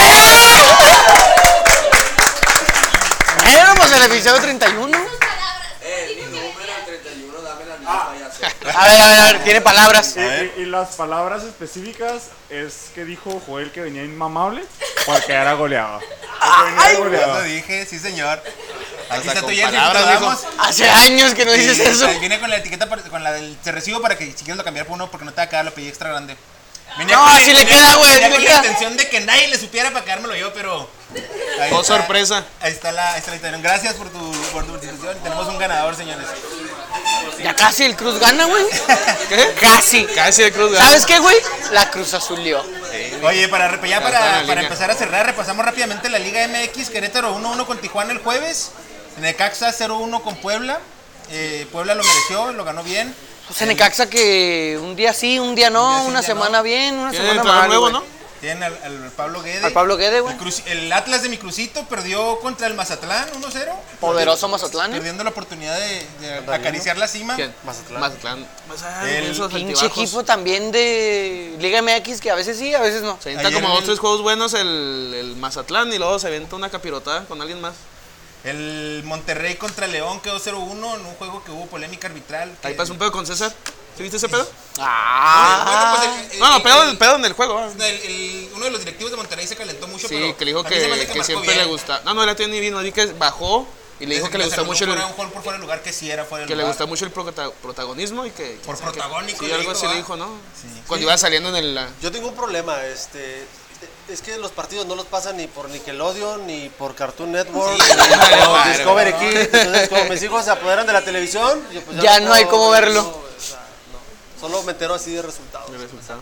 Éramos el episodio 31. A ver, tiene palabras. Y las palabras específicas es que dijo Joel que venía inmamable porque era goleado. Porque venía Eso goleado. dije, sí, señor. Aquí Hasta está tu con jersey, palabras, te lo mijo. damos. Hace años que no dices Y, eso. Viene con la etiqueta, con la del te recibo para que si quieres lo cambiar por uno porque no te va a quedar, lo pedí extra grande. No, sí le queda, güey, Venía sí le con la queda. intención de que nadie le supiera para quedármelo yo, pero. Ahí Oh, está. sorpresa. Ahí está la institución. Gracias por tu institución. Tenemos un ganador, señores. Ya casi el Cruz gana, güey. ¿Qué? Casi. Casi el Cruz gana. ¿Sabes qué, güey? La Cruz Azulió. Oye, para está en la liga. empezar a cerrar, repasamos rápidamente la Liga MX. Querétaro 1-1 con Tijuana el jueves. Necaxa 0-1 con Puebla. Puebla lo mereció, lo ganó bien. Pues en Necaxa que un día sí, un día no, Un día sí, una un día semana no. bien, una Tiene semana entrenador mal, nuevo, güey. ¿no? Tienen al Pablo Guede. Al Pablo Guede, güey. El Atlas de mi Crucito perdió contra el Mazatlán 1-0. Poderoso Mazatlán, ¿eh? Perdiendo la oportunidad de acariciar la cima. ¿Quién? Mazatlán. El Esos Pinche altibajos. equipo también de Liga MX que a veces sí, a veces no. Se avienta Ayer como el- 2 3 juegos buenos el Mazatlán y luego se avienta una capirotada con alguien más. El Monterrey contra León quedó 0-1 en un juego que hubo polémica arbitral. que- Ahí pasó un pedo con César. ¿Sí viste ese pedo? Ah, Bueno, pues No, pedo en el juego. ¿va? uno de los directivos de Monterrey se calentó mucho, Sí, pero que le dijo a mí se me hace que marcó siempre bien. le gusta. No, no, era ni vino, di que bajó y le dijo que le gusta mucho Fuera un gol por fuera de lugar que sí era fuera de que le lugar. gusta mucho el protagonismo y que Por protagónico, sí, le algo dijo, así le ¿va? dijo, ¿no? Sí. Cuando iba saliendo en el Yo tengo un problema, es que los partidos no los pasan ni por Nickelodeon, ni por Cartoon Network, Sí, ni vale, por vale, Discovery Kids. Entonces, como mis hijos se apoderan de la televisión, yo pues Ya no hay puedo cómo verlo. o sea, no. Solo me entero así de resultados. resultado.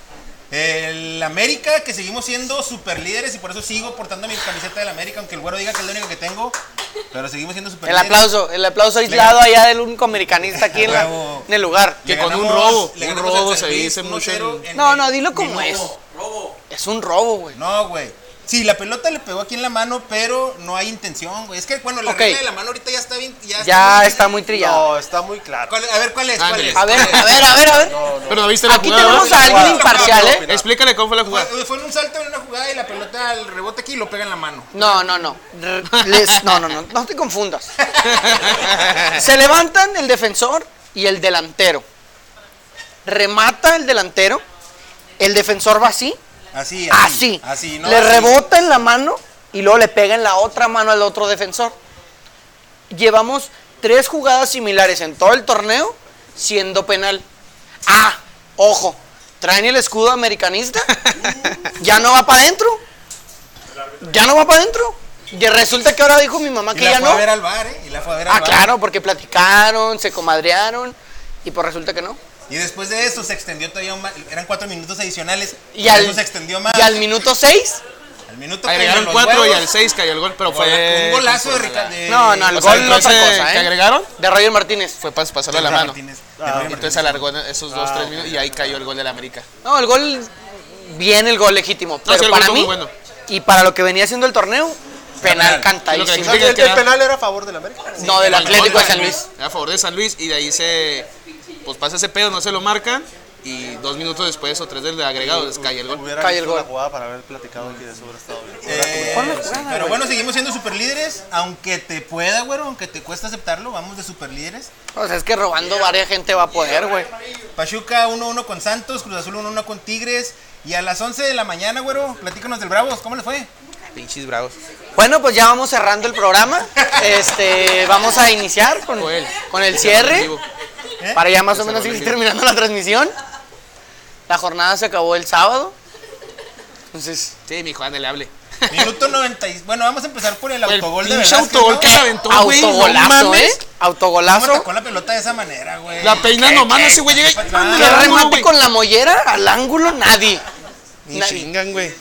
El América, que seguimos siendo super líderes y por eso sigo portando mi camiseta del América, aunque el güero diga que es lo único que tengo, pero seguimos siendo super líderes. el aplauso aislado allá del único americanista aquí en, Huevo. en el lugar. Que Le con un ganamos- robo, le un ganamos robo al San se Luis dice mucho 1-0 en- en No, el no, dilo como minuto. es. Es un robo, güey. No, güey. Sí, la pelota le pegó aquí en la mano, pero no hay intención, güey. Es que, bueno, la Ok. regla de la mano ahorita ya está bien. Ya está muy trillado. No, está muy claro. A ver, ¿cuál es? ¿Cuál Ándale. es? A ver. Pero no viste la Aquí jugada. tenemos ¿verdad? a alguien Jugada. imparcial, ¿eh? Explícale cómo fue la jugada. Fue en un salto en una jugada y la pelota, el rebote aquí y lo pega en la mano. No. No te confundas. Se levantan el defensor y el delantero. Remata el delantero. El defensor va así. Así. ¿no? Le Así. rebota en la mano y luego le pega en la otra mano al otro defensor. Llevamos 3 jugadas similares en todo el torneo siendo penal. Ah, ojo, traen el escudo americanista. Ya no va para adentro. Y resulta que ahora dijo mi mamá Y que la ya fue no. a ver al bar, ¿eh? Y la fue a ver al Ah, bar. claro, porque platicaron, se comadrearon y pues resulta que no. Y después de eso se extendió todavía más. Eran 4 minutos adicionales. Y Por al, eso se extendió más. y al minuto 6. Al minuto Agregaron cayeron los 4 y huevos. al 6 cayó el gol, pero fue. Un golazo de conforme a la- Ricardo. No, el O sea, gol no otra ese cosa, que ¿eh? agregaron De Roger Martínez. fue para pasarle la mano. Martínez. Entonces alargó esos 2 3 minutos y ahí cayó el gol del América. No, el gol bien el gol legítimo. No, Pero sí, el gol para fue mí, muy bueno. y para lo que venía haciendo el torneo, penal cantadísimo. Lo que ¿El penal era a favor del América? No, del Atlético de San Luis. Luis. A favor de San Luis y de ahí pues pasa ese pedo, no se lo marcan y 2 minutos después o 3 del agregado les cae el gol. Hubiera Cae el visto la gol. jugada para haber platicado aquí de eso, hubiera estado bien. Ponle jugada, Pero güey. bueno, seguimos siendo superlíderes, aunque te pueda, güero, aunque te cuesta aceptarlo, vamos de superlíderes. O sea, es que robando varias gente va a poder, güey. Pachuca 1-1 con Santos, Cruz Azul 1-1 con Tigres. Y a las 11 de la mañana, güero, platícanos del Bravos, ¿cómo les fue? Pinches bravos. Bueno, pues ya vamos cerrando el programa. Vamos a iniciar con el cierre. Para ya más o menos ir terminando la transmisión. La jornada se acabó el sábado. Entonces, Sí, mi Juan, le hable. Minuto 90. Bueno, vamos a empezar por el autogol de pinche Velázquez, autogol ¿no? que se aventó, güey. autogolazo, no mames. ¿Cómo Autogolazo. sacó la pelota de esa manera, güey? La peina nomás, no ese güey llega y ¿Qué Que ándale al ángulo, remate güey. con la mollera al ángulo, nadie. Ni Nadie. chingan, güey.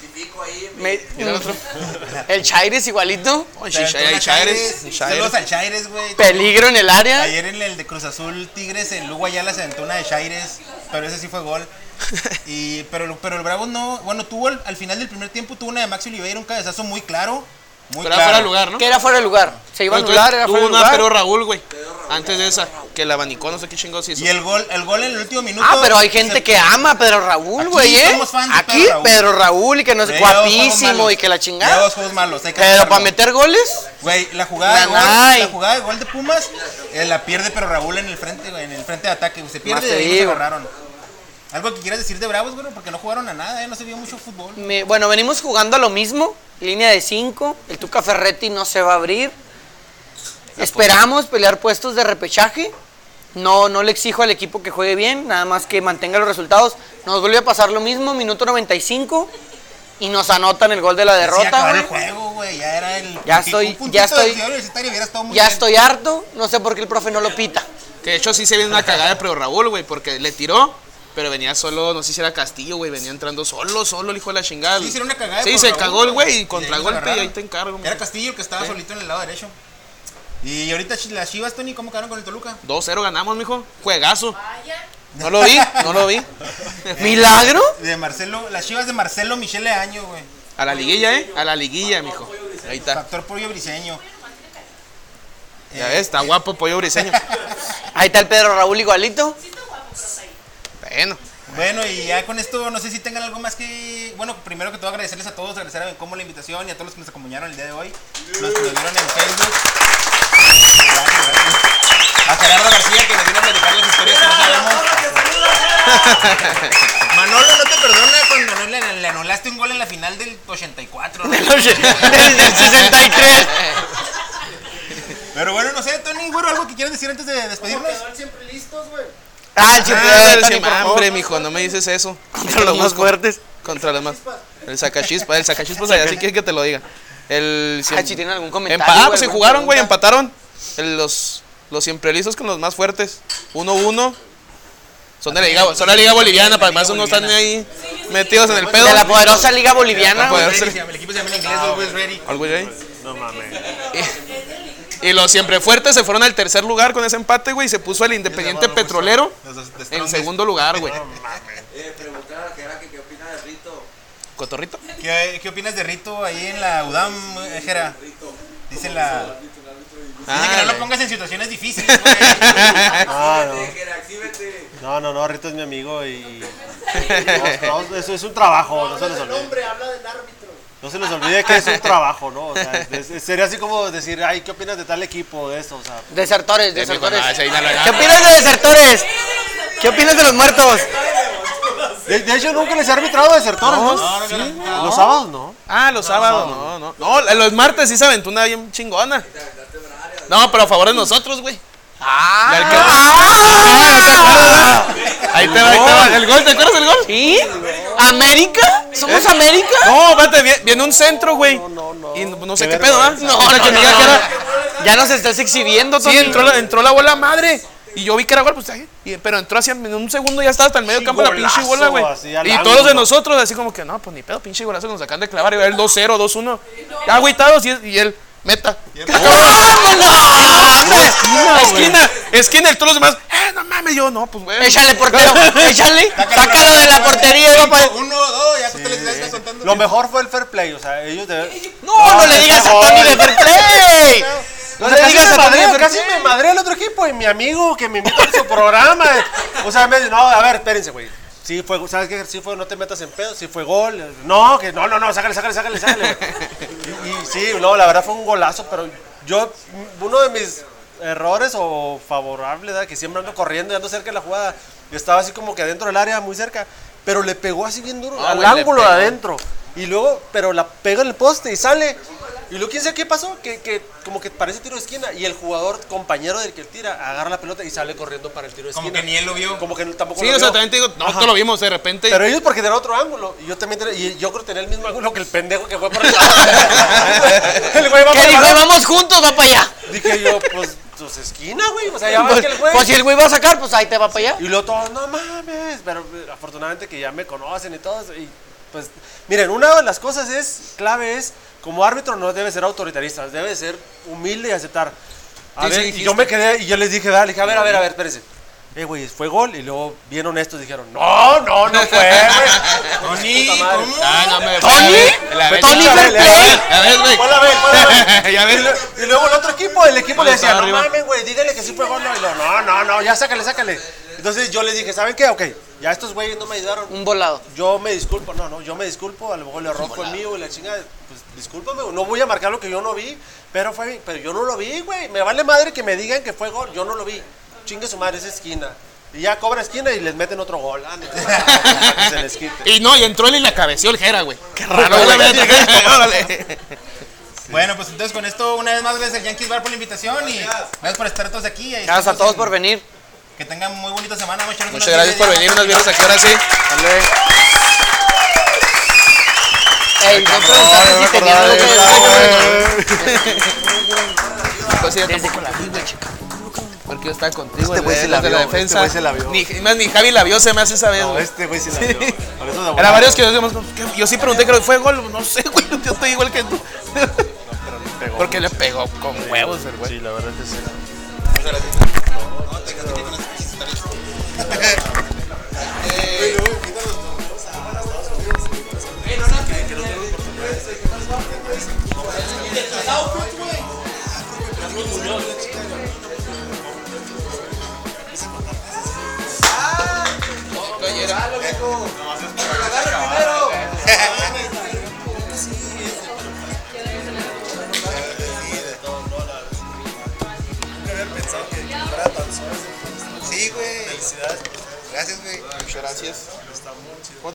El Chaires igualito. Ay, Se sí, aventó hay una Chaires. Saludos al Chaires, güey. Peligro en el área. Ayer en el de Cruz Azul Tigres, el Lugo Ayala se aventó una de Chaires, pero ese sí fue gol. Pero el Bravos no, bueno, tuvo al final del primer tiempo tuvo una de Maxi Oliveira, un cabezazo muy claro, muy Pero claro. fuera de lugar, ¿no? Que era fuera de lugar. Se iba a Entonces, anular, era tuvo fuera de una, lugar. pero Raúl, güey. Antes de esa, que la abanicó, no sé qué chingados hizo. Y el gol en el último minuto. Ah, pero hay gente que ama a Pedro Raúl, Aquí güey, somos fans de Aquí Pedro Raúl. Pedro Raúl y que no sé, Lleva 2 juegos guapísimo malos. y que la Lleva chingada. 2 juegos malos, hay que Pero aceptarlo. para meter goles, Güey, la jugada Nanay. de gol de Pumas la pierde pero Raúl en el frente, güey, en el frente de ataque, se pierde Más y te ahí nos digo. agarraron. ¿Algo que quieras decir de Bravos, güey? Porque no jugaron a nada, no se vio mucho fútbol. bueno, venimos jugando a lo mismo. Línea de 5. El Tuca Ferretti no se va a abrir. Esperamos pelear puestos de repechaje. No le exijo al equipo que juegue bien, nada más que mantenga los resultados. Nos vuelve a pasar lo mismo, minuto 95. Y nos anotan el gol de la Sí, derrota, acabar el güey. juego, güey, ya era el Ya puntito, estoy- un puntito ya estoy- de Ciudad Universitaria, hubiera estado muy Ya bien. estoy harto, no sé por qué el profe no lo pita. Que de hecho sí se viene una cagada de Pedro Raúl, güey, porque le tiró, pero venía solo, no sé si era Castillo, güey, venía entrando solo el hijo de la chingada. Sí, hicieron una cagada Sí, por se Raúl, cagó el güey y ahí contragolpe nos y ahí agarraron. te encargo. Era Castillo el que estaba solito en el lado derecho. Y ahorita las Chivas, Tony, ¿cómo quedaron con el Toluca? 2-0 ganamos, mijo. Juegazo. No lo vi, no lo vi. ¿Milagro? De Marcelo, las Chivas de Marcelo Michele Año, güey. A la liguilla, a la liguilla, mijo. Ahí está. Factor Pollo Briseño. Ya ves, está guapo Pollo Briseño. Ahí está el Pedro Raúl igualito. Bueno. Bueno, y ya con esto, no sé si tengan algo más que... Bueno, primero que todo agradecerles a todos, agradecer a Bencomo la invitación y a todos los que nos acompañaron el día de hoy. Los que nos vieron en Facebook. Gracias. A Gerardo García que nos vino a platicar las historias que no sabemos. Manolo no te perdona cuando no le anulaste un gol en la final del 84, ¿no? Del 63. Pero bueno, no sé, Tony, güero, algo que quieras decir antes de despedirnos. Ah, el siempre, Tony, por favor. Hombre, mijo, no me dices eso. Contra los más fuertes. Contra los más. El sacachispas allá, sí quieres que te lo diga. El Ah, si tienen algún comentario. pues se alguna jugaron, güey, pregunta. empataron. Los siempre listos con los más fuertes. 1-1. Son de la Liga Boliviana, para más uno están ahí metidos en el pedo. De la poderosa Liga Boliviana. La güey. poderosa- El equipo se llama en inglés Always Ready. Algo ahí. No mames. Y los siempre fuertes se fueron al tercer lugar con ese empate, güey. Y se puso el Independiente Petrolero en segundo lugar, güey. Preguntar a Jera que qué opina de Rito. ¿Cotorrito? ¿Qué opinas de Rito ahí en la UDAM, Jera? Dice la... Dice que no lo güey. pongas en situaciones difíciles, güey. No, Rito es mi amigo y... eso es un trabajo, no se les olvide. No se les olvide que es un trabajo, ¿no? O sea, sería así como decir, ay, ¿qué opinas de tal equipo, de esto? O sea, Desertores. Ese hijo, no, ese ahí no lo ¿Qué opinas de desertores? ¿Qué opinas de los muertos? de hecho, nunca les he arbitrado desertores, ¿no? Los sábados, ¿no? Ah, los sábados, no. No, los martes sí se aventó una bien chingona. No, pero a favor de nosotros, güey. Ahí te va. ¿El gol? ¿Te acuerdas del gol? ¿Sí? ¿América? ¿Somos América? No, espérate, viene un centro, güey. Y no sé qué pedo, ¿ah? No, Para que me diga que era. Ya nos estás exhibiendo, Sí, Tony. entró la bola madre. Y yo vi que era gol, pues ahí. Pero entró así en un segundo, ya estaba hasta el medio Sí, campo la pinche bola, güey. golazo, así al Y ángulo. todos de nosotros, así como que no, pues ni pedo, pinche golazo que nos acaban de clavar. Y va el 2-0, 2-1. Ya agüitados y él. meta. Esquina, y todos los demás, no mames, yo no, pues bueno. Échale, portero, échale. Sácalo de la portería. Uno, dos, ya que usted les está contando. Lo mejor fue el fair play, o sea, ellos No le digas a Tony de fair play. No le digas a Tony de fair casi play. me madré el otro equipo y mi amigo que me invitó a su programa. O sea, me dice, no, a ver, espérense, güey. Sí fue, ¿sabes qué? Sí fue, no te metas en pedo, sí fue gol. No, que no, sácale. Y sí, no, la verdad fue un golazo, pero yo, uno de mis errores o favorables, ¿verdad? Que siempre ando corriendo y ando cerca de la jugada. Yo estaba así como que adentro del área, muy cerca, pero le pegó así bien duro al ángulo de adentro. Y luego, pero la pega en el poste y sale. Y luego, ¿quién sabe qué pasó? Que como que parece tiro de esquina. Y el jugador compañero del que tira agarra la pelota y sale corriendo para el tiro de esquina. Como que ni él lo vio. Como que tampoco Sí, lo o sea, vio. también te digo, nosotros lo vimos de repente. Pero ellos porque tenían otro ángulo. Y yo también y yo creo que tenía el mismo ángulo que el pendejo que fue por el lado. El güey va ¿Qué para dijo? abajo. Vamos juntos, va para allá. Dije yo, pues esquina, güey. O sea, ya ves que el güey. Pues si el güey va a sacar, pues ahí te va para allá. Y luego todos, no mames. Pero afortunadamente que ya me conocen y todo. Y pues, miren, una de las cosas clave es, como árbitro no debe ser autoritarista, debe ser humilde y aceptar. A ver, y yo me quedé y yo les dije, a ver, espérense. Güey, fue gol. Y luego, bien honestos, dijeron, no fue, güey. Tony, ¿cómo? ¿Tony fair play? Ya ves, güey. Fue la vez. Ya ves. Y luego el otro equipo, le decía, estaba no arriba. mames, güey, dígale que sí fue gol. Y luego, no, ya sácale. Entonces yo les dije, ¿saben qué? Ok, ya estos güeyes no me ayudaron. Un volado. Yo me disculpo, yo me disculpo, a lo mejor el error fue mío y la chingada, pues discúlpame, no voy a marcar lo que yo no vi, pero yo no lo vi, güey, me vale madre que me digan que fue gol, yo no lo vi, chingue su madre, esa esquina, y ya cobra esquina y les meten otro gol, que se les quite. Y no, y entró él y la cabeció el Jera, güey. Qué raro, güey. Órale. Bueno, pues entonces con esto, una vez más, gracias al Yankees Bar por la invitación y gracias por estar todos aquí. Ahí Gracias a estamos todos por venir. Que tengan muy bonita semana. Muchas gracias por venir unas viernes aquí, ahora sí. Ey, no preguntaste si tenía algo que decir. Pues sí, yo tampoco la vi, güey, chica. Porque yo estaba contigo, Este güey sí la de la vio, defensa. este güey sí la vio. Ni Javi la vio, se me hace esa vez, güey. Este güey sí la vio. Por eso de Era varios que decíamos, yo sí pregunté que fue gol, no sé, güey, yo estoy igual que tú. Porque le pegó con huevos el güey. Sí, la verdad es que sí. Muchas gracias. Sí, güey. Felicidades. Gracias, güey. Muchas gracias. Está muy chido.